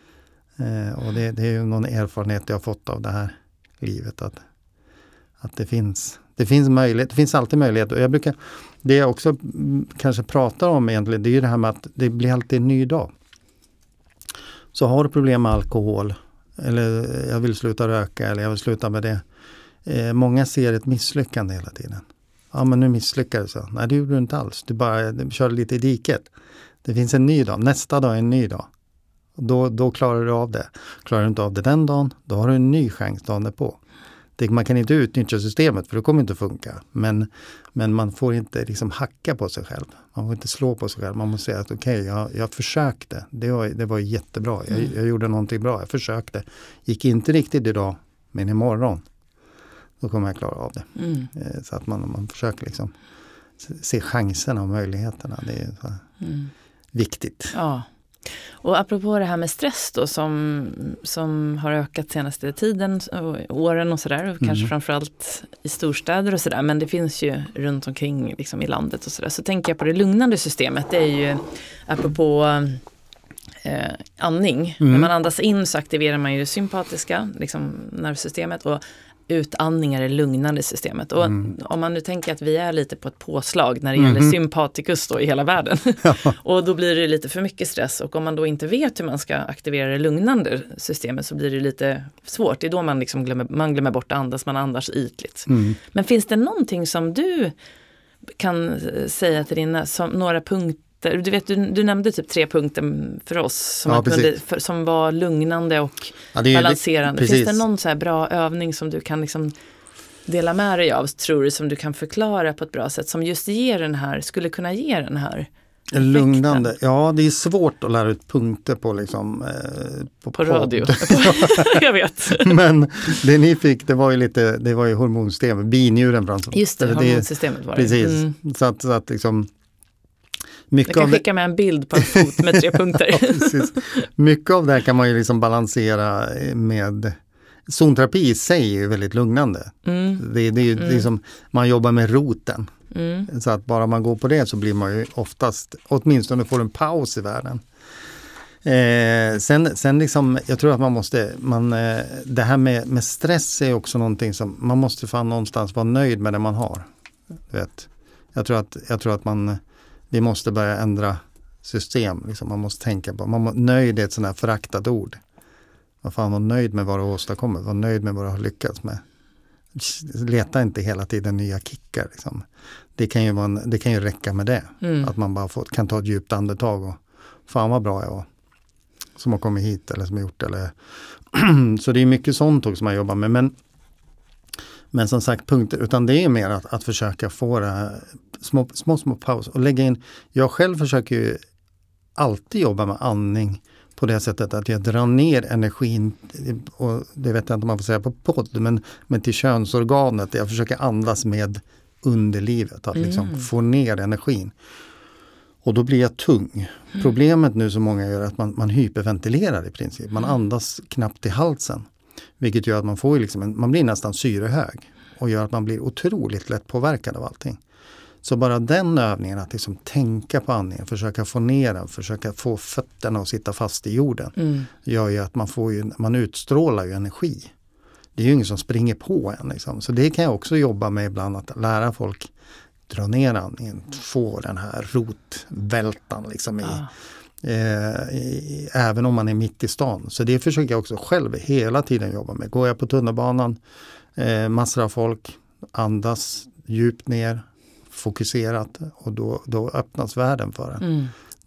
Och det är ju någon erfarenhet jag har fått av det här livet, att det finns möjlighet, det finns alltid möjlighet. Och det jag också kanske pratar om egentligen, det är ju det här med att det blir alltid en ny dag. Så har du problem med alkohol, eller jag vill sluta röka, eller jag vill sluta med det. Många ser ett misslyckande hela tiden. Ja, men nu misslyckades jag. Nej, det gjorde du inte alls. Du bara körde lite i diket. Det finns en ny dag. Nästa dag är en ny dag. Då klarar du av det. Klarar du inte av det den dagen, då har du en ny chans dagen på. Man kan inte utnyttja systemet, för det kommer inte att funka. Men man får inte liksom hacka på sig själv. Man får inte slå på sig själv. Man måste säga att okej, jag försökte. Det var jättebra. Jag gjorde någonting bra. Jag försökte. Gick inte riktigt idag, men imorgon då kommer jag klara av det. Så att man försöker liksom se chanserna och möjligheterna. Det är så viktigt. Ja. Och apropå det här med stress då, som har ökat senaste tiden, åren och sådär, och kanske framförallt i storstäder och sådär, men det finns ju runt omkring liksom i landet och sådär. Så tänker jag på det lugnande systemet, det är ju apropå andning. När man andas in så aktiverar man ju det sympatiska liksom nervsystemet, och utandningar är lugnande systemet. Och om man nu tänker att vi är lite på ett påslag när det gäller sympatikus då i hela världen. Och då blir det lite för mycket stress. Och om man då inte vet hur man ska aktivera det lugnande systemet så blir det lite svårt. Det är då man liksom glömmer bort att andas, man andas ytligt. Men finns det någonting som du kan säga till dina, som några punkter? Du vet, du nämnde typ 3 punkter för oss som var lugnande och balanserande. Finns det någon så här bra övning som du kan liksom dela med dig av, tror du, som du kan förklara på ett bra sätt, som just skulle kunna ge den här effekten? Lugnande? Ja, det är svårt att lära ut punkter på liksom på radio. Jag vet. Men det ni fick, det var ju hormonsystemet, binjuren framför. Just det, hormonsystemet var det. Precis. Så att liksom jag kan skicka med en bild på en fot med 3 punkter. Ja, precis. Mycket av det här kan man ju liksom balansera med zonterapi i sig är ju väldigt lugnande. Det är ju liksom, man jobbar med roten. Så att bara man går på det så blir man ju oftast, åtminstone får en paus i världen. Sen liksom, jag tror att det här med stress är också någonting som man måste fan någonstans vara nöjd med det man har. Du vet. Jag tror att vi måste börja ändra system. Liksom. Man måste tänka på, nöjd är ett sånt här föraktat ord. Vad fan, var nöjd med vad du åstadkommer. Var nöjd med vad du har lyckats med. Leta inte hela tiden nya kickar. Liksom. Det kan ju räcka med det. Att man bara kan ta ett djupt andetag och fan vad bra jag var. Som har kommit hit eller som har gjort eller så det är mycket sånt också som man jobbar med. Men som sagt punkter, utan det är mer att försöka få det här små paus och lägga in. Jag själv försöker ju alltid jobba med andning på det sättet att jag drar ner energin, och det vet jag inte om man får säga på podd, men till könsorganet. Jag försöker andas med underlivet, att liksom få ner energin. Och då blir jag tung. Problemet nu som många gör är att man hyperventilerar i princip. Man andas knappt i halsen. Vilket gör att man får liksom man blir nästan syrehög. Och gör att man blir otroligt lätt påverkad av allting. Så bara den övningen, att liksom tänka på andningen, försöka få ner den, försöka få fötterna att sitta fast i jorden. Gör ju att man utstrålar ju energi. Det är ju ingen som springer på en. Liksom. Så det kan jag också jobba med ibland, att lära folk dra ner andningen, få den här rotvältan liksom även om man är mitt i stan. Så det försöker jag också själv hela tiden jobba med. Går jag på tunnelbanan, massor av folk, andas djupt ner, fokuserat, och då öppnas världen för en.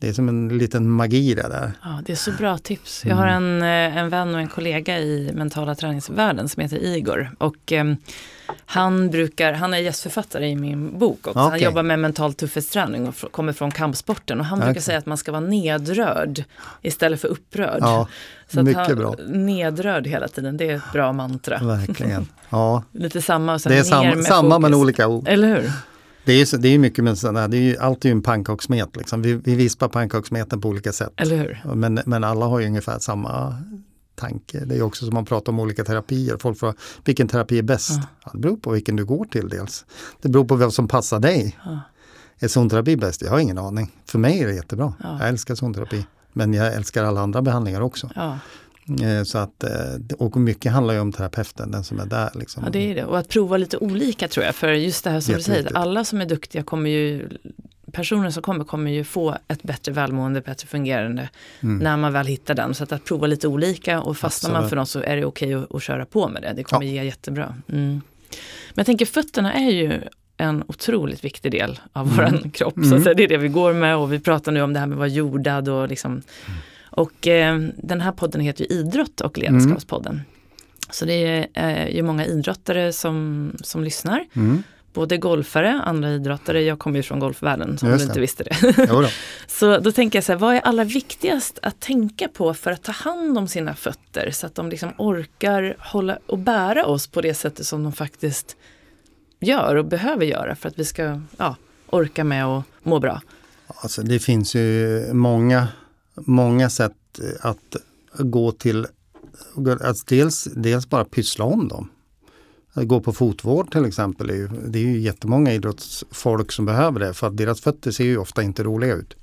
Det är som en liten magi det där. Ja, det är så bra tips. Jag har en vän och en kollega i mentala träningsvärlden som heter Igor. Och han är gästförfattare i min bok också. Okay. Han jobbar med mental tuffhetsträning och kommer från kampsporten. Och han brukar säga att man ska vara nedrörd istället för upprörd. Ja, så mycket att bra. Nedrörd hela tiden, det är ett bra mantra. Verkligen, ja. Lite samma. Och sen det är samma men olika ord. Eller hur? Det är mycket med sådana här, det är ju alltid en pannkakssmet liksom. Vi vispar pannkakssmeten på olika sätt. Eller hur? Men alla har ju ungefär samma tanke. Det är också som man pratar om olika terapier. Folk frågar, vilken terapi är bäst? Ja, det beror på vilken du går till dels. Det beror på vad som passar dig. Ja. Är zonterapi bäst? Jag har ingen aning. För mig är det jättebra. Ja. Jag älskar zonterapi. Men jag älskar alla andra behandlingar också. Ja. Så att, och mycket handlar ju om terapeuten, den som är där. Liksom. Ja, det är det. Och att prova lite olika tror jag. För just det här som du säger, alla som är duktiga personer som kommer ju få ett bättre välmående, bättre fungerande när man väl hittar den. Så att prova lite olika och fastnar man för något så är det okej att köra på med det. Det kommer ge jättebra. Men jag tänker fötterna är ju en otroligt viktig del av vår kropp. Så att det är det vi går med och vi pratar nu om det här med att vara jordad och liksom... Och den här podden heter ju Idrott och ledarskapspodden. Så det är ju många idrottare som lyssnar. Både golfare, andra idrottare. Jag kommer ju från golfvärlden om du inte visste det. Så då tänker jag så här, vad är allra viktigast att tänka på för att ta hand om sina fötter? Så att de liksom orkar hålla och bära oss på det sättet som de faktiskt gör och behöver göra för att vi ska orka med och må bra. Alltså det finns ju många sätt att gå till, att dels bara pyssla om dem. Att gå på fotvård till exempel, det är ju jättemånga idrottsfolk som behöver det för att deras fötter ser ju ofta inte roliga ut.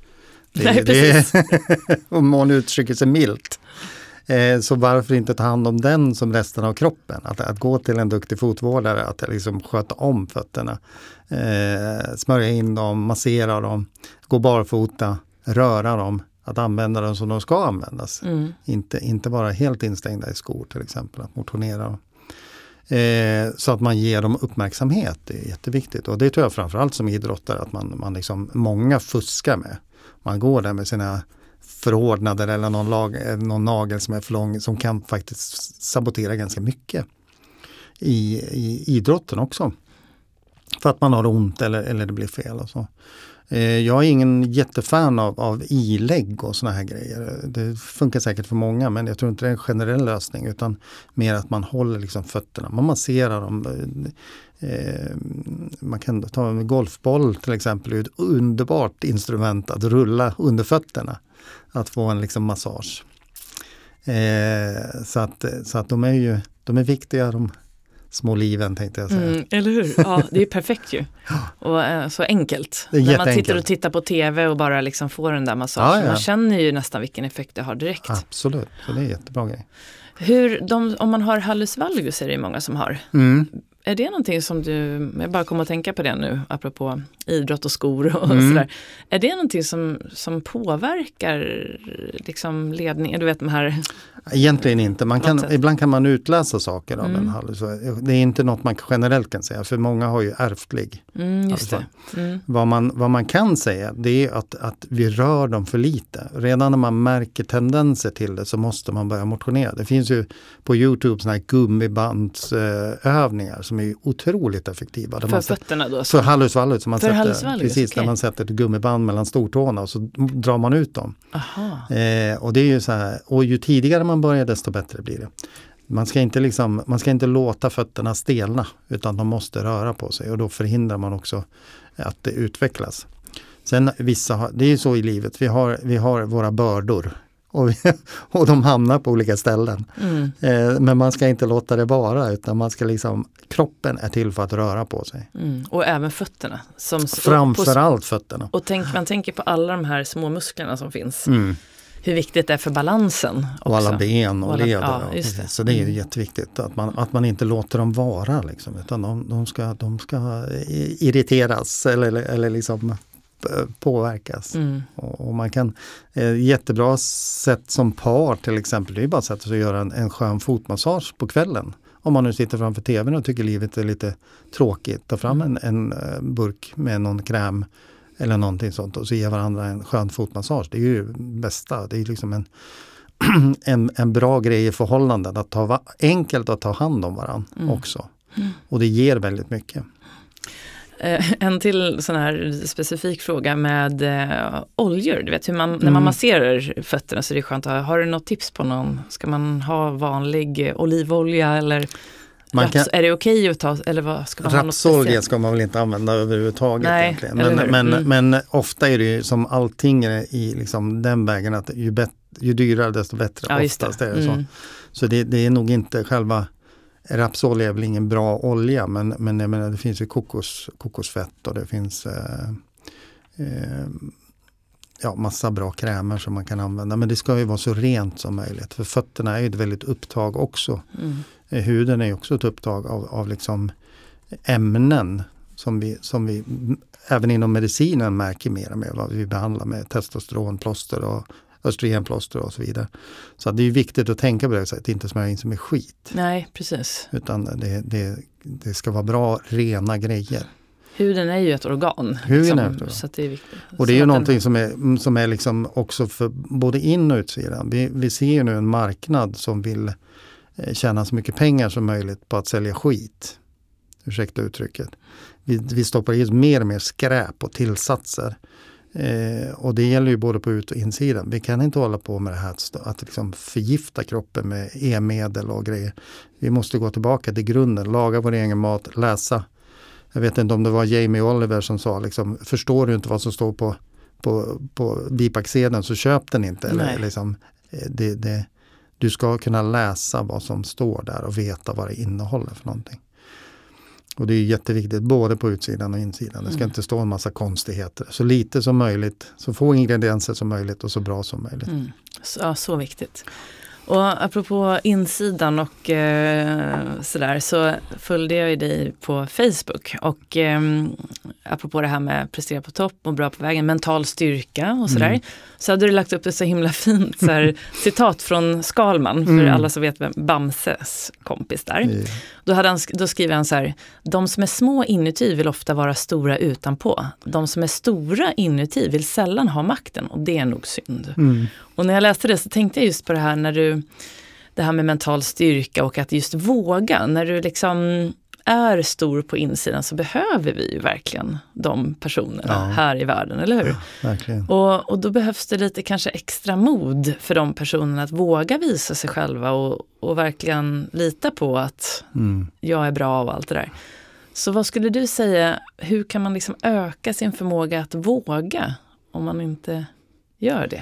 Om man uttrycker sig milt. Så varför inte ta hand om den som resten av kroppen? Att gå till en duktig fotvårdare, att liksom sköta om fötterna. Smörja in dem, massera dem, gå barfota, röra dem. Att använda dem som de ska användas. Inte vara helt instängda i skor till exempel. Att motionera. Så att man ger dem uppmärksamhet. Det är jätteviktigt. Och det tror jag framförallt som idrottare att man liksom, många fuskar med. Man går där med sina förordnader eller någon nagel som är för lång som kan faktiskt sabotera ganska mycket i idrotten också. För att man har ont eller det blir fel och så. Jag är ingen jättefan av ilägg och såna här grejer. Det funkar säkert för många men jag tror inte det är en generell lösning utan mer att man håller liksom fötterna. Man masserar dem. Man kan ta en golfboll till exempel, ett underbart instrument att rulla under fötterna. Att få en liksom massage. Så att de är viktiga de små liven tänkte jag säga. Eller hur? Ja, det är perfekt ju. Och så enkelt. När man tittar på tv och bara liksom får den där massagen. Man känner ju nästan vilken effekt det har direkt. Absolut, så det är en jättebra grej. Om man har hallus valgus är det ju många som har. Är det någonting som jag bara kommer att tänka på det nu, apropå idrott och skor och sådär. Är det någonting som påverkar liksom ledningen? Du vet de här... Egentligen inte. Ibland kan man utläsa saker av en hallus. Det är inte något man generellt kan säga, för många har ju ärftlig. Just det. Vad man kan säga, det är att vi rör dem för lite. Redan när man märker tendenser till det så måste man börja motionera. Det finns ju på YouTube såna här gummibandsövningar som är otroligt effektiva. För fötterna då? För hallus valgus. Precis, där man sätter ett gummiband mellan stortårna och så drar man ut dem. Och det är ju så här, och ju tidigare man börjar desto bättre blir det. Man ska inte låta fötterna stelna utan de måste röra på sig och då förhindrar man också att det utvecklas. Sen det är ju så i livet, vi har våra bördor och de hamnar på olika ställen. Men man ska inte låta det vara utan man ska kroppen är till för att röra på sig. Och även fötterna. Framförallt fötterna. Och man tänker på alla de här små musklerna som finns. Hur viktigt det är för balansen också. Och alla ben och leder. Ja, just det. Så det är ju jätteviktigt att man inte låter dem vara utan de ska irriteras eller liksom påverkas. Och man kan jättebra sätt som par till exempel, det är bara sätt att göra en skön fotmassage på kvällen. Om man nu sitter framför tvn och tycker livet är lite tråkigt, ta fram en burk med någon kräm eller någonting sånt och så ger varandra en skön fotmassage. Det är ju det bästa. Det är liksom en bra grej i förhållanden. Enkelt att ta hand om varandra också. Och det ger väldigt mycket. En till sån här specifik fråga med oljor. Du vet hur när man masserar fötterna så är det skönt att ha. Har du något tips på någon? Ska man ha vanlig olivolja eller är det okej att ta, eller vad ska man ha något speciellt? Rapsolja ska man väl inte använda överhuvudtaget egentligen. Men ofta är det ju som allting i liksom den vägen att ju dyrare desto bättre. Ja, oftast är det så. Så det är nog inte själva rapsolja är väl ingen bra olja, men jag menar, det finns ju kokosfett och det finns massa bra krämer som man kan använda. Men det ska ju vara så rent som möjligt. För fötterna är ju ett väldigt upptag också. Huden är ju också ett upptag av liksom ämnen som vi även inom medicinen märker mer och mer vad vi behandlar med testosteronplåster och östrogenplåster och så vidare. Så det är ju viktigt att tänka på det så att det inte smörja in sig med skit. Nej, precis. Utan det ska vara bra, rena grejer. Huden är ju ett organ. Huden är ett organ. Så att det är viktigt. Och det är ju någonting som är liksom också för både in- och utsidan. Vi ser ju nu en marknad som vill tjäna så mycket pengar som möjligt på att sälja skit. Ursäkta uttrycket. Vi stoppar i mer och mer skräp och tillsatser. Och det gäller ju både på ut- och insidan. Vi kan inte hålla på med det här att liksom förgifta kroppen med e-medel och grejer. Vi måste gå tillbaka till grunden, laga vår egen mat, läsa. Jag vet inte om det var Jamie Oliver som sa liksom, förstår du inte vad som står på bipacksedeln så köp den inte. Eller, liksom, du ska kunna läsa vad som står där och veta vad det innehåller för någonting. Och det är jätteviktigt både på utsidan och insidan. Det ska inte stå en massa konstigheter. Så lite som möjligt, så få ingredienser som möjligt och så bra som möjligt. Så viktigt. Och apropå insidan och sådär så följde jag ju dig på Facebook och apropå det här med prestera på topp och bra på vägen, mental styrka och sådär. Så hade du lagt upp ett så himla fint så här, citat från Skalman för alla som vet vem Bamses kompis där. Då skriver han så här: de som är små inuti vill ofta vara stora utanpå. De som är stora inuti vill sällan ha makten och det är nog synd. Och när jag läste det så tänkte jag just på det här det här med mental styrka och att just våga. När du liksom är stor på insidan så behöver vi ju verkligen de personerna här i världen, eller hur? Ja, verkligen. Och då behövs det lite kanske extra mod för de personerna att våga visa sig själva och verkligen lita på att jag är bra och allt det där. Så vad skulle du säga, hur kan man liksom öka sin förmåga att våga om man inte gör det?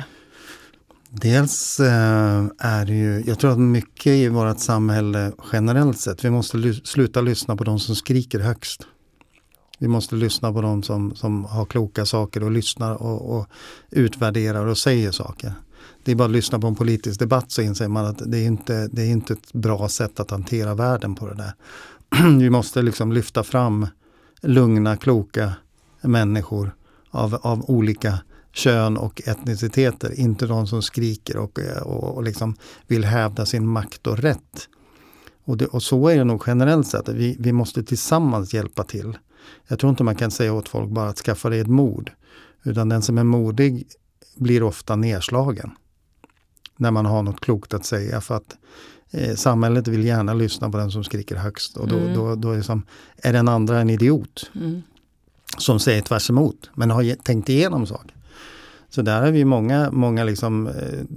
Dels är det ju, jag tror att mycket i vårt samhälle generellt sett, vi måste sluta lyssna på de som skriker högst. Vi måste lyssna på de som har kloka saker och lyssnar och utvärderar och säger saker. Det är bara att lyssna på en politisk debatt så inser man att det är inte ett bra sätt att hantera världen på det där. Vi måste liksom lyfta fram lugna, kloka människor av olika kön och etniciteter, inte de som skriker och liksom vill hävda sin makt och rätt. Och så är det nog generellt sett. Vi måste tillsammans hjälpa till. Jag tror inte man kan säga åt folk bara att skaffa dig ett mod. Utan den som är modig blir ofta nedslagen. När man har något klokt att säga. För att samhället vill gärna lyssna på den som skriker högst. Och då är det som, är den andra en idiot som säger tvärs emot. Men har tänkt igenom saker. Så där har vi många liksom,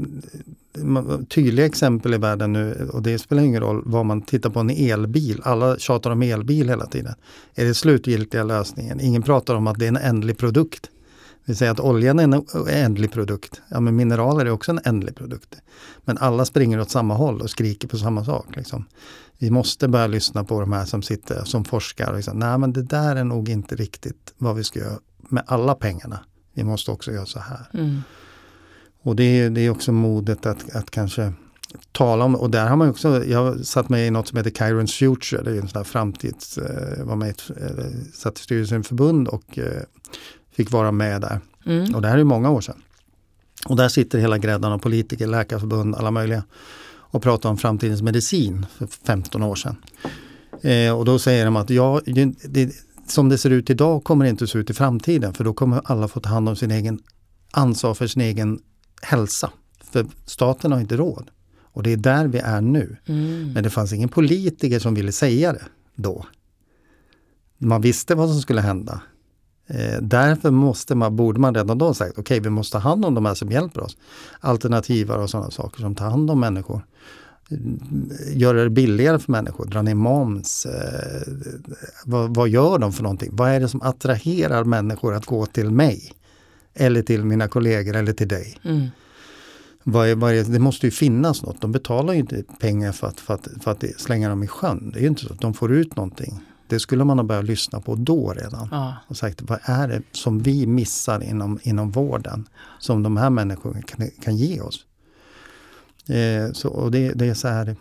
tydliga exempel i världen nu, och det spelar ingen roll vad man tittar på en elbil. Alla tjatar om elbil hela tiden. Är det slutgiltiga lösningen? Ingen pratar om att det är en ändlig produkt. Vi säger att oljan är en ändlig produkt. Ja, men mineraler är också en ändlig produkt. Men alla springer åt samma håll och skriker på samma sak. Liksom. Vi måste börja lyssna på de här som sitter som forskar och liksom, nej men det där är nog inte riktigt vad vi ska göra med alla pengarna. Vi måste också göra så här. Och det är också modet att kanske tala om, och där har man också, jag satt med i något som heter Chirons Future, det är en sån där var med satt i styrelsen förbund och fick vara med där. Och det här är många år sedan. Och där sitter hela gräddan av politiker, läkarförbund, alla möjliga och pratar om framtidens medicin för 15 år sedan. Och då säger de att som det ser ut idag kommer det inte se ut i framtiden, för då kommer alla få ta hand om sin egen ansvar för sin egen hälsa. För staten har inte råd. Och det är där vi är nu. Men det fanns ingen politiker som ville säga det då. Man visste vad som skulle hända. Därför borde man redan då sagt, okej, vi måste ta hand om de här som hjälper oss. Alternativar och sådana saker som tar hand om människor. Göra det billigare för människor, dra ner moms. Vad gör de för någonting? Vad är det som attraherar människor att gå till mig? Eller till mina kollegor eller till dig? Det måste ju finnas något. De betalar ju inte pengar för att slänga dem i sjön. Det är ju inte så att de får ut någonting. Det skulle man ha börjat lyssna på då redan. Ja. Och sagt, vad är det som vi missar inom vården som de här människorna kan ge oss? Och det är så här,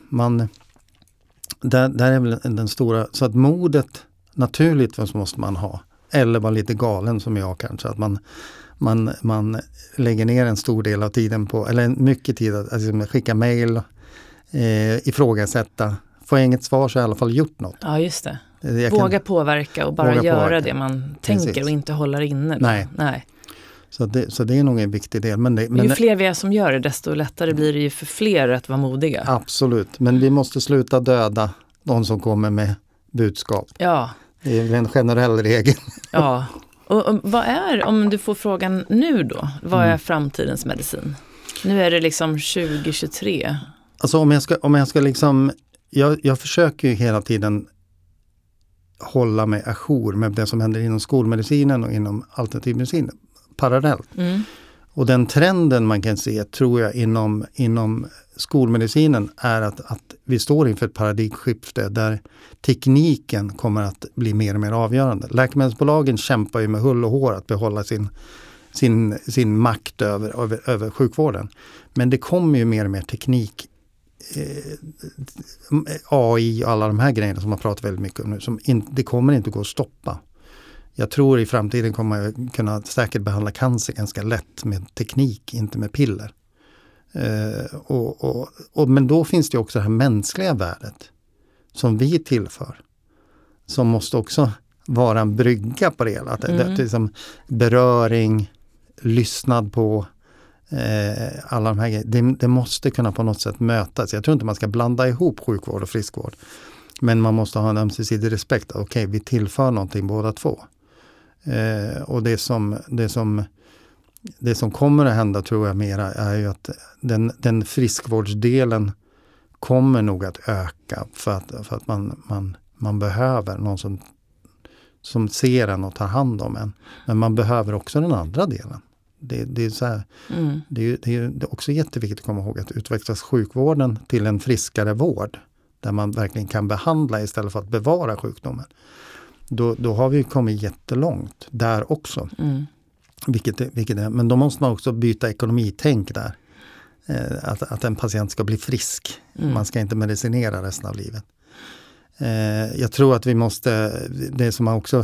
där är väl den stora, så att modet naturligtvis måste man ha. Eller vara lite galen som jag kanske, att man lägger ner en stor del av tiden på, eller mycket tid att skicka mejl, ifrågasätta. Får jag inget svar så har jag i alla fall gjort något. Ja, just det. Våga påverka och bara göra det man tänker och inte hålla inne. Nej. Så det är nog en viktig del. Men ju fler vi är som gör det, desto lättare blir det ju för fler att vara modiga. Absolut, men vi måste sluta döda de som kommer med budskap. Ja. Det är en generell regel. Ja, och vad är, om du får frågan nu då, vad är framtidens medicin? Nu är det liksom 2023. Alltså om jag ska liksom, jag försöker ju hela tiden hålla mig ajour med det som händer inom skolmedicinen och inom alternativmedicinen parallellt. Och den trenden man kan se, tror jag, inom skolmedicinen är att vi står inför ett paradigmskifte där tekniken kommer att bli mer och mer avgörande. Läkemedelsbolagen kämpar ju med hull och hår att behålla sin makt över sjukvården. Men det kommer ju mer och mer teknik, AI och alla de här grejerna som man pratar väldigt mycket om nu, det kommer inte gå att stoppa. Jag tror i framtiden kommer jag kunna säkert behandla cancer ganska lätt med teknik, inte med piller. Men då finns det också det här mänskliga värdet som vi tillför. Som måste också vara en brygga på det hela. Det liksom beröring, lyssnad på alla de här grejerna. Det måste kunna på något sätt mötas. Jag tror inte man ska blanda ihop sjukvård och friskvård. Men man måste ha en ömsesidig respekt. Okej, vi tillför någonting båda två. Och det som kommer att hända, tror jag, mera är ju att den friskvårdsdelen kommer nog att öka för att man behöver någon som ser en och tar hand om en. Men man behöver också den andra delen. Det är så här, det är också jätteviktigt att komma ihåg att utvecklas sjukvården till en friskare vård där man verkligen kan behandla istället för att bevara sjukdomen. Då har vi kommit jättelångt där också. Vilket är, men då måste man också byta ekonomitänk där. Att en patient ska bli frisk. Man ska inte medicinera resten av livet. Jag tror att vi måste, det som man också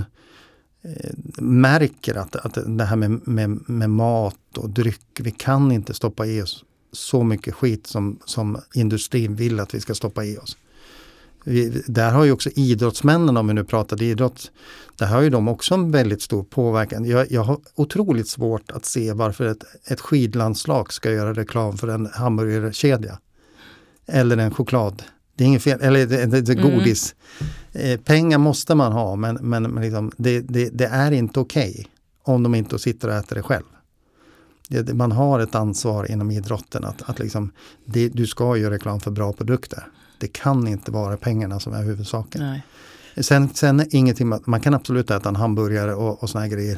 märker att det här med mat och dryck, vi kan inte stoppa i oss så mycket skit som industrin vill att vi ska stoppa i oss. Där har ju också idrottsmännen, om vi nu pratar idrott, där har ju de också en väldigt stor påverkan. Jag har otroligt svårt att se varför ett skidlandslag ska göra reklam för en hamburgerkedja. Eller en choklad. Det är inget fel, eller det godis. Pengar måste man ha, men liksom, det är inte okej om de inte sitter och äter det själv. Man har ett ansvar inom idrotten att liksom, du ska göra reklam för bra produkter. Det kan inte vara pengarna som är huvudsaken. Nej. Sen är ingenting, man kan absolut äta en hamburgare och såna här grejer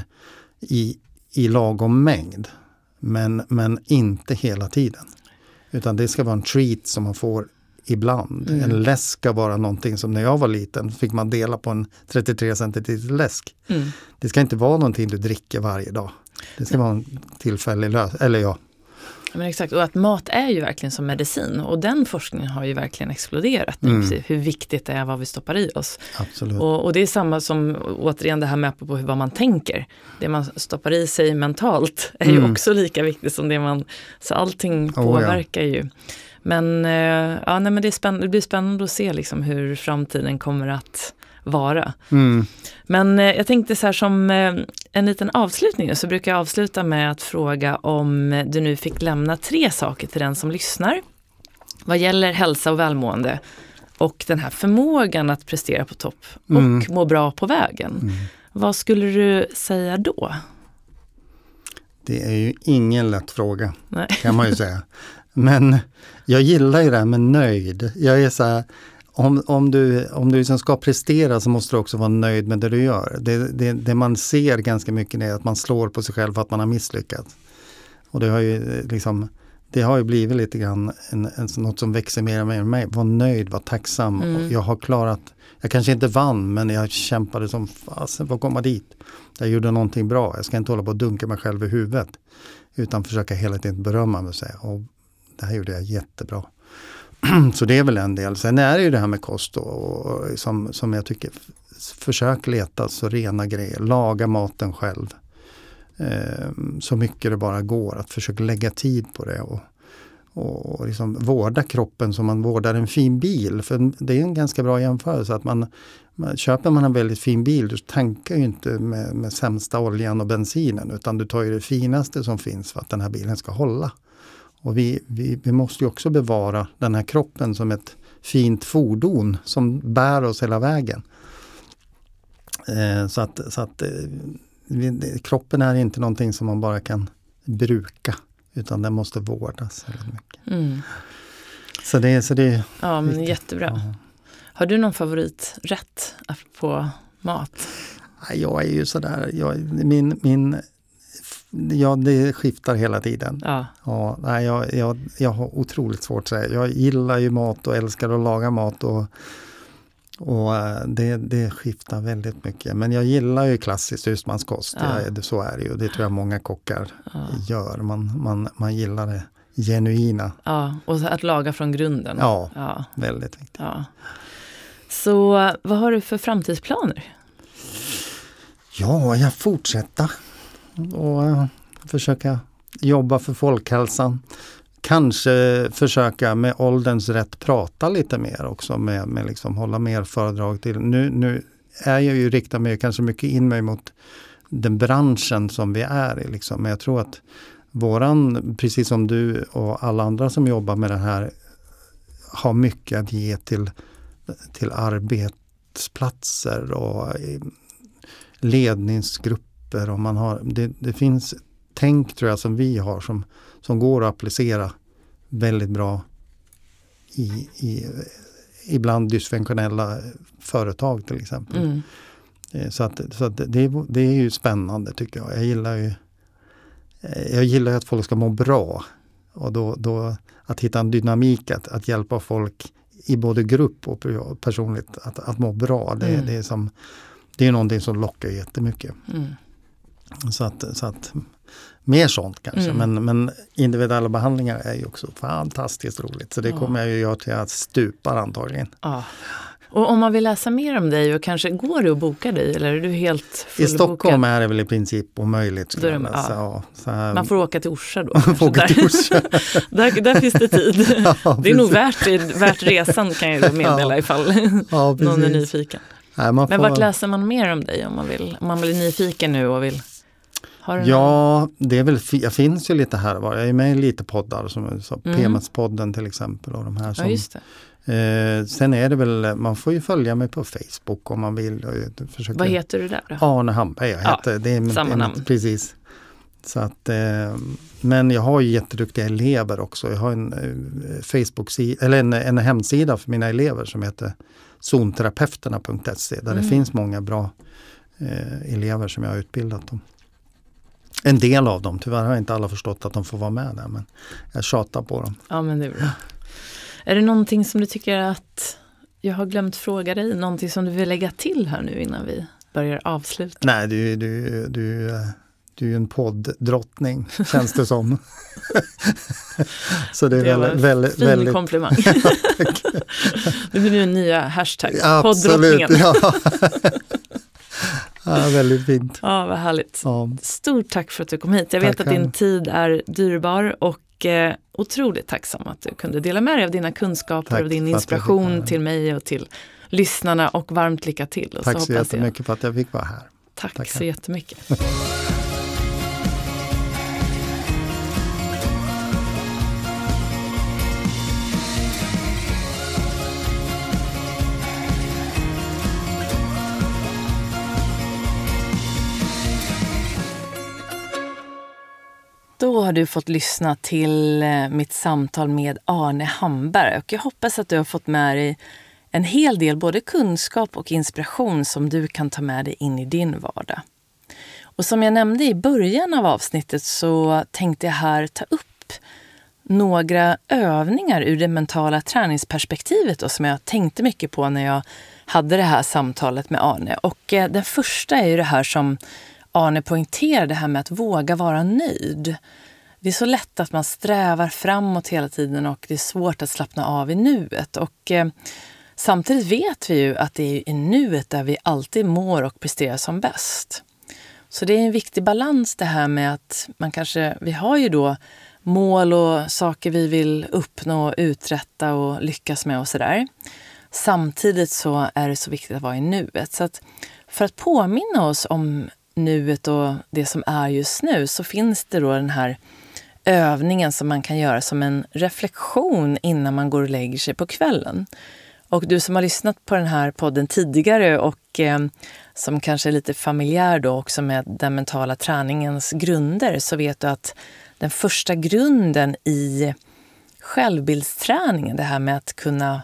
i lagom mängd. Men inte hela tiden. Utan det ska vara en treat som man får ibland. En läsk ska vara någonting som när jag var liten fick man dela på en 33 centiliter läsk. Det ska inte vara någonting du dricker varje dag. Det ska vara en tillfällig eller ja. Men exakt, och att mat är ju verkligen som medicin, och den forskningen har ju verkligen exploderat nu, hur viktigt det är vad vi stoppar i oss. Absolut. Och det är samma som återigen det här med på vad man tänker. Det man stoppar i sig mentalt är ju också lika viktigt som det man, så allting påverkar ju. Men men det blir spännande att se liksom hur framtiden kommer att vara. Men jag tänkte så här, som en liten avslutning så brukar jag avsluta med att fråga om du nu fick lämna 3 saker till den som lyssnar vad gäller hälsa och välmående och den här förmågan att prestera på topp och må bra på vägen. Vad skulle du säga då? Det är ju ingen lätt fråga, kan man ju säga. Men jag gillar ju det här med nöjd. Jag är så här, om du liksom ska prestera så måste du också vara nöjd med det du gör. Det man ser ganska mycket är att man slår på sig själv för att man har misslyckats. Och det har ju blivit lite grann något som växer mer och mer med mig. Var nöjd, var tacksam. Och jag har klarat, jag kanske inte vann, men jag kämpade som fasen för att komma dit. Jag gjorde någonting bra. Jag ska inte hålla på och dunka mig själv i huvudet. Utan försöka hela tiden berömma mig och säga, det här gjorde jag jättebra. Så det är väl en del. Sen är det ju det här med kost och som jag tycker, försök leta så rena grejer. Laga maten själv. Så mycket det bara går. Att försöka lägga tid på det och liksom vårda kroppen som man vårdar en fin bil. För det är en ganska bra jämförelse att köper man en väldigt fin bil, du tankar ju inte med sämsta oljan och bensinen, utan du tar ju det finaste som finns för att den här bilen ska hålla. Och vi måste ju också bevara den här kroppen som ett fint fordon som bär oss hela vägen. Så att kroppen är inte någonting som man bara kan bruka, utan den måste vårdas väldigt mycket. Så det ja, men jättebra. Ja. Har du någon favoriträtt på mat? Jag är ju sådär, det skiftar hela tiden. Ja, jag har otroligt svårt att säga. Jag gillar ju mat och älskar att laga mat och det skiftar väldigt mycket. Men jag gillar ju klassisk husmanskost. Så är det ju. Det tror jag många kockar gör. Man gillar det genuina. Ja, och att laga från grunden. Ja. Väldigt viktigt. Ja. Så vad har du för framtidsplaner? Ja, jag fortsätter och försöka jobba för folkhälsan. Kanske försöka med ålderns rätt prata lite mer också med liksom hålla mer föredrag till. Nu är jag ju riktar mig kanske mycket in mig mot den branschen som vi är i liksom. Men jag tror att precis som du och alla andra som jobbar med det här har mycket att ge till arbetsplatser och ledningsgrupper, och man har det finns tänk tror jag som vi har som går att applicera väldigt bra i ibland dysfunktionella företag till exempel. Så att det är ju spännande tycker jag. Jag gillar att folk ska må bra, och då att hitta en dynamik att hjälpa folk i både grupp och personligt att må bra. Det är någonting som lockar jättemycket. Så att mer sånt kanske. Men individuella behandlingar är ju också fantastiskt roligt. Så det kommer jag ju göra till att stupa antagligen. Ja. Och om man vill läsa mer om dig, och kanske går du att boka dig, eller är du helt fullbokad? I Stockholm är det väl i princip omöjligt. Man får åka till Orsa då. Där finns det tid. Det är nog värt resan, kan jag meddela ifall någon är nyfiken. Nej, men vart läser man mer om dig om man blir nyfiken nu och vill? Det är väl jag finns ju lite här var. Jag är med i lite poddar som PMS-podden till exempel och de här som. Ja, just det. Sen är det väl, man får ju följa mig på Facebook om man vill. Vad heter du där då? Arne Hamberg heter. Det är samma namn. Precis. Så att, men jag har ju jätteduktiga elever också. Jag har en Facebook-sida, eller en hemsida för mina elever som heter zonterapeuterna.se, där det finns många bra elever som jag har utbildat dem. En del av dem, tyvärr har inte alla förstått att de får vara med där, men jag tjatar på dem. Ja, men det är bra. Är det någonting som du tycker att jag har glömt fråga dig? Någonting som du vill lägga till här nu innan vi börjar avsluta? Nej, du är ju en podddrottning, känns det som. Så det är väldigt komplimang. Det blir nu en nya hashtag. Poddrottningen. Ja, väldigt fint. Ja, vad härligt. Ja. Stort tack för att du kom hit. Jag vet att din tid är dyrbar och otroligt tacksam att du kunde dela med dig av dina kunskaper och din inspiration till mig och till lyssnarna och varmt lycka till. Och tack så jättemycket för att jag fick vara här. Tack så jättemycket. Då har du fått lyssna till mitt samtal med Arne Hamberg och jag hoppas att du har fått med dig en hel del både kunskap och inspiration som du kan ta med dig in i din vardag. Och som jag nämnde i början av avsnittet så tänkte jag här ta upp några övningar ur det mentala träningsperspektivet och som jag tänkte mycket på när jag hade det här samtalet med Arne. Och den första är ju det här som Arne poängterade, det här med att våga vara nöjd. Det är så lätt att man strävar framåt hela tiden och det är svårt att slappna av i nuet. Och samtidigt vet vi ju att det är i nuet där vi alltid mår och presterar som bäst. Så det är en viktig balans det här med att vi har ju då mål och saker vi vill uppnå, uträtta och lyckas med och sådär. Samtidigt så är det så viktigt att vara i nuet. Så att för att påminna oss om nuet och det som är just nu så finns det då den här övningen som man kan göra som en reflektion innan man går och lägger sig på kvällen. Och du som har lyssnat på den här podden tidigare och som kanske är lite familjär då också med den mentala träningens grunder så vet du att den första grunden i självbildsträningen, det här med att kunna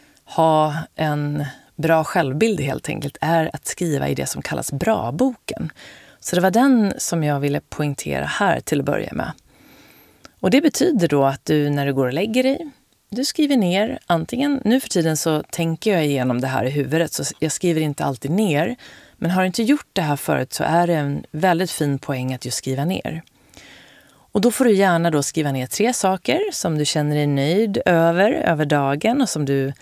ha en bra självbild helt enkelt, är att skriva i det som kallas bra-boken. Så det var den som jag ville poängtera här till att börja med. Och det betyder då att du när du går och lägger dig, du skriver ner, antingen, nu för tiden så tänker jag igenom det här i huvudet så jag skriver inte alltid ner. Men har du inte gjort det här förut så är det en väldigt fin poäng att just skriva ner. Och då får du gärna då skriva ner 3 saker som du känner dig nöjd över dagen och som du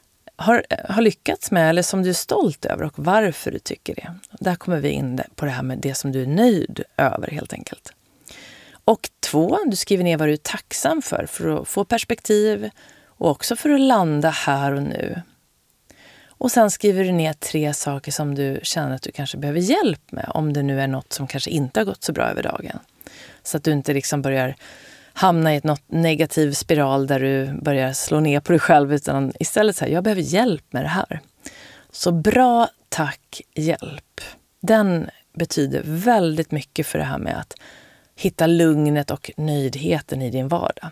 har lyckats med eller som du är stolt över och varför du tycker det. Där kommer vi in på det här med det som du är nöjd över helt enkelt. Och 2, du skriver ner vad du är tacksam för att få perspektiv och också för att landa här och nu. Och sen skriver du ner 3 saker som du känner att du kanske behöver hjälp med om det nu är något som kanske inte har gått så bra över dagen. Så att du inte liksom börjar hamna i något negativ spiral där du börjar slå ner på dig själv utan istället säga jag behöver hjälp med det här. Så bra, tack, hjälp. Den betyder väldigt mycket för det här med att hitta lugnet och nöjdheten i din vardag.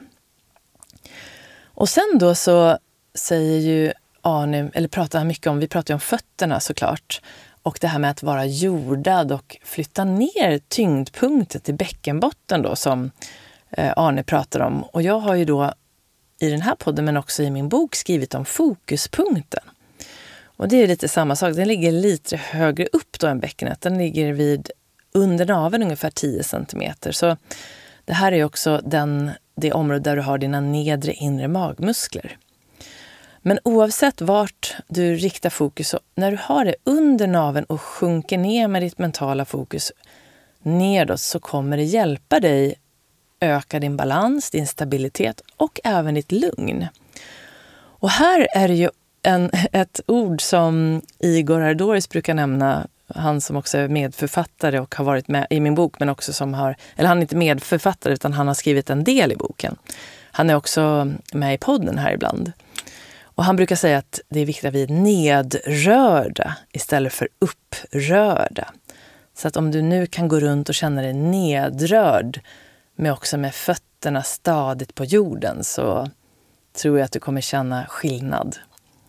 Och sen då så säger ju Arne, eller pratar han mycket om, vi pratar ju om fötterna såklart. Och det här med att vara jordad och flytta ner tyngdpunkten till bäckenbotten då som Arne pratar om. Och jag har ju då i den här podden men också i min bok skrivit om fokuspunkten. Och det är lite samma sak, den ligger lite högre upp då än bäckenet. Den ligger under naveln ungefär 10 centimeter. Så det här är också det område där du har dina nedre inre magmuskler. Men oavsett vart du riktar fokus, så när du har det under naveln och sjunker ner med ditt mentala fokus nedåt så kommer det hjälpa dig öka din balans, din stabilitet och även ditt lugn. Och här är det ju ett ord som Igor Ardoris brukar nämna, han som också är medförfattare och har varit med i min bok men också han är inte medförfattare utan han har skrivit en del i boken. Han är också med i podden här ibland. Och han brukar säga att det är viktigt att vi är nedrörda istället för upprörda. Så att om du nu kan gå runt och känna dig nedrörd med fötterna stadigt på jorden så tror jag att du kommer känna skillnad.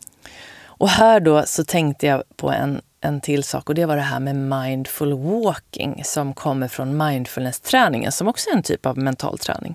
Och här då så tänkte jag på en till sak och det var det här med mindful walking som kommer från mindfulness-träningen som också är en typ av mental träning.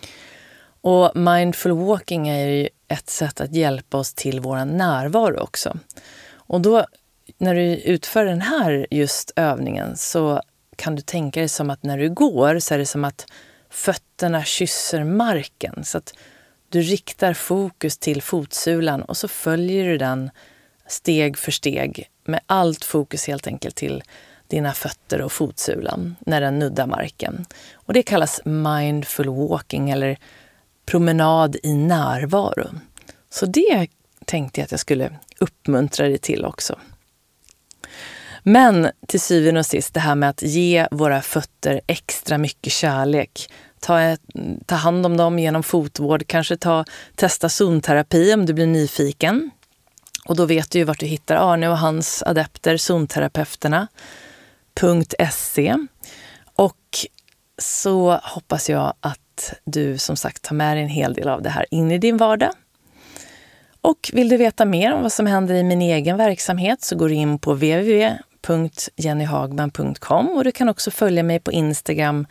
Och mindful walking är ju ett sätt att hjälpa oss till vår närvaro också. Och då när du utför den här just övningen så kan du tänka dig som att när du går så är det som att fötterna kysser marken. Så att du riktar fokus till fotsulan och så följer du den steg för steg med allt fokus helt enkelt till dina fötter och fotsulan när den nuddar marken. Och det kallas mindful walking eller promenad i närvaro. Så det tänkte jag att jag skulle uppmuntrar dig till också. Men till syvende och sist, det här med att ge våra fötter extra mycket kärlek. Ta hand om dem genom fotvård, kanske testa zonterapi om du blir nyfiken. Och då vet du ju vart du hittar Arne och hans adepter, zonterapeuterna.se. Och så hoppas jag att du som sagt tar med dig en hel del av det här in i din vardag. Och vill du veta mer om vad som händer i min egen verksamhet så går du in på www.jennyhagman.com och du kan också följa mig på Instagram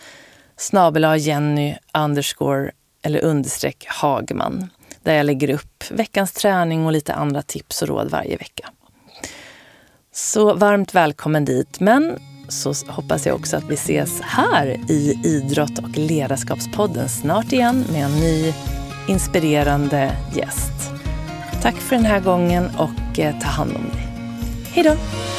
@Jenny_Hagman där jag lägger upp veckans träning och lite andra tips och råd varje vecka. Så varmt välkommen dit, men så hoppas jag också att vi ses här i Idrott- och ledarskapspodden snart igen med en ny inspirerande gäst. Tack för den här gången och ta hand om dig. Hej då!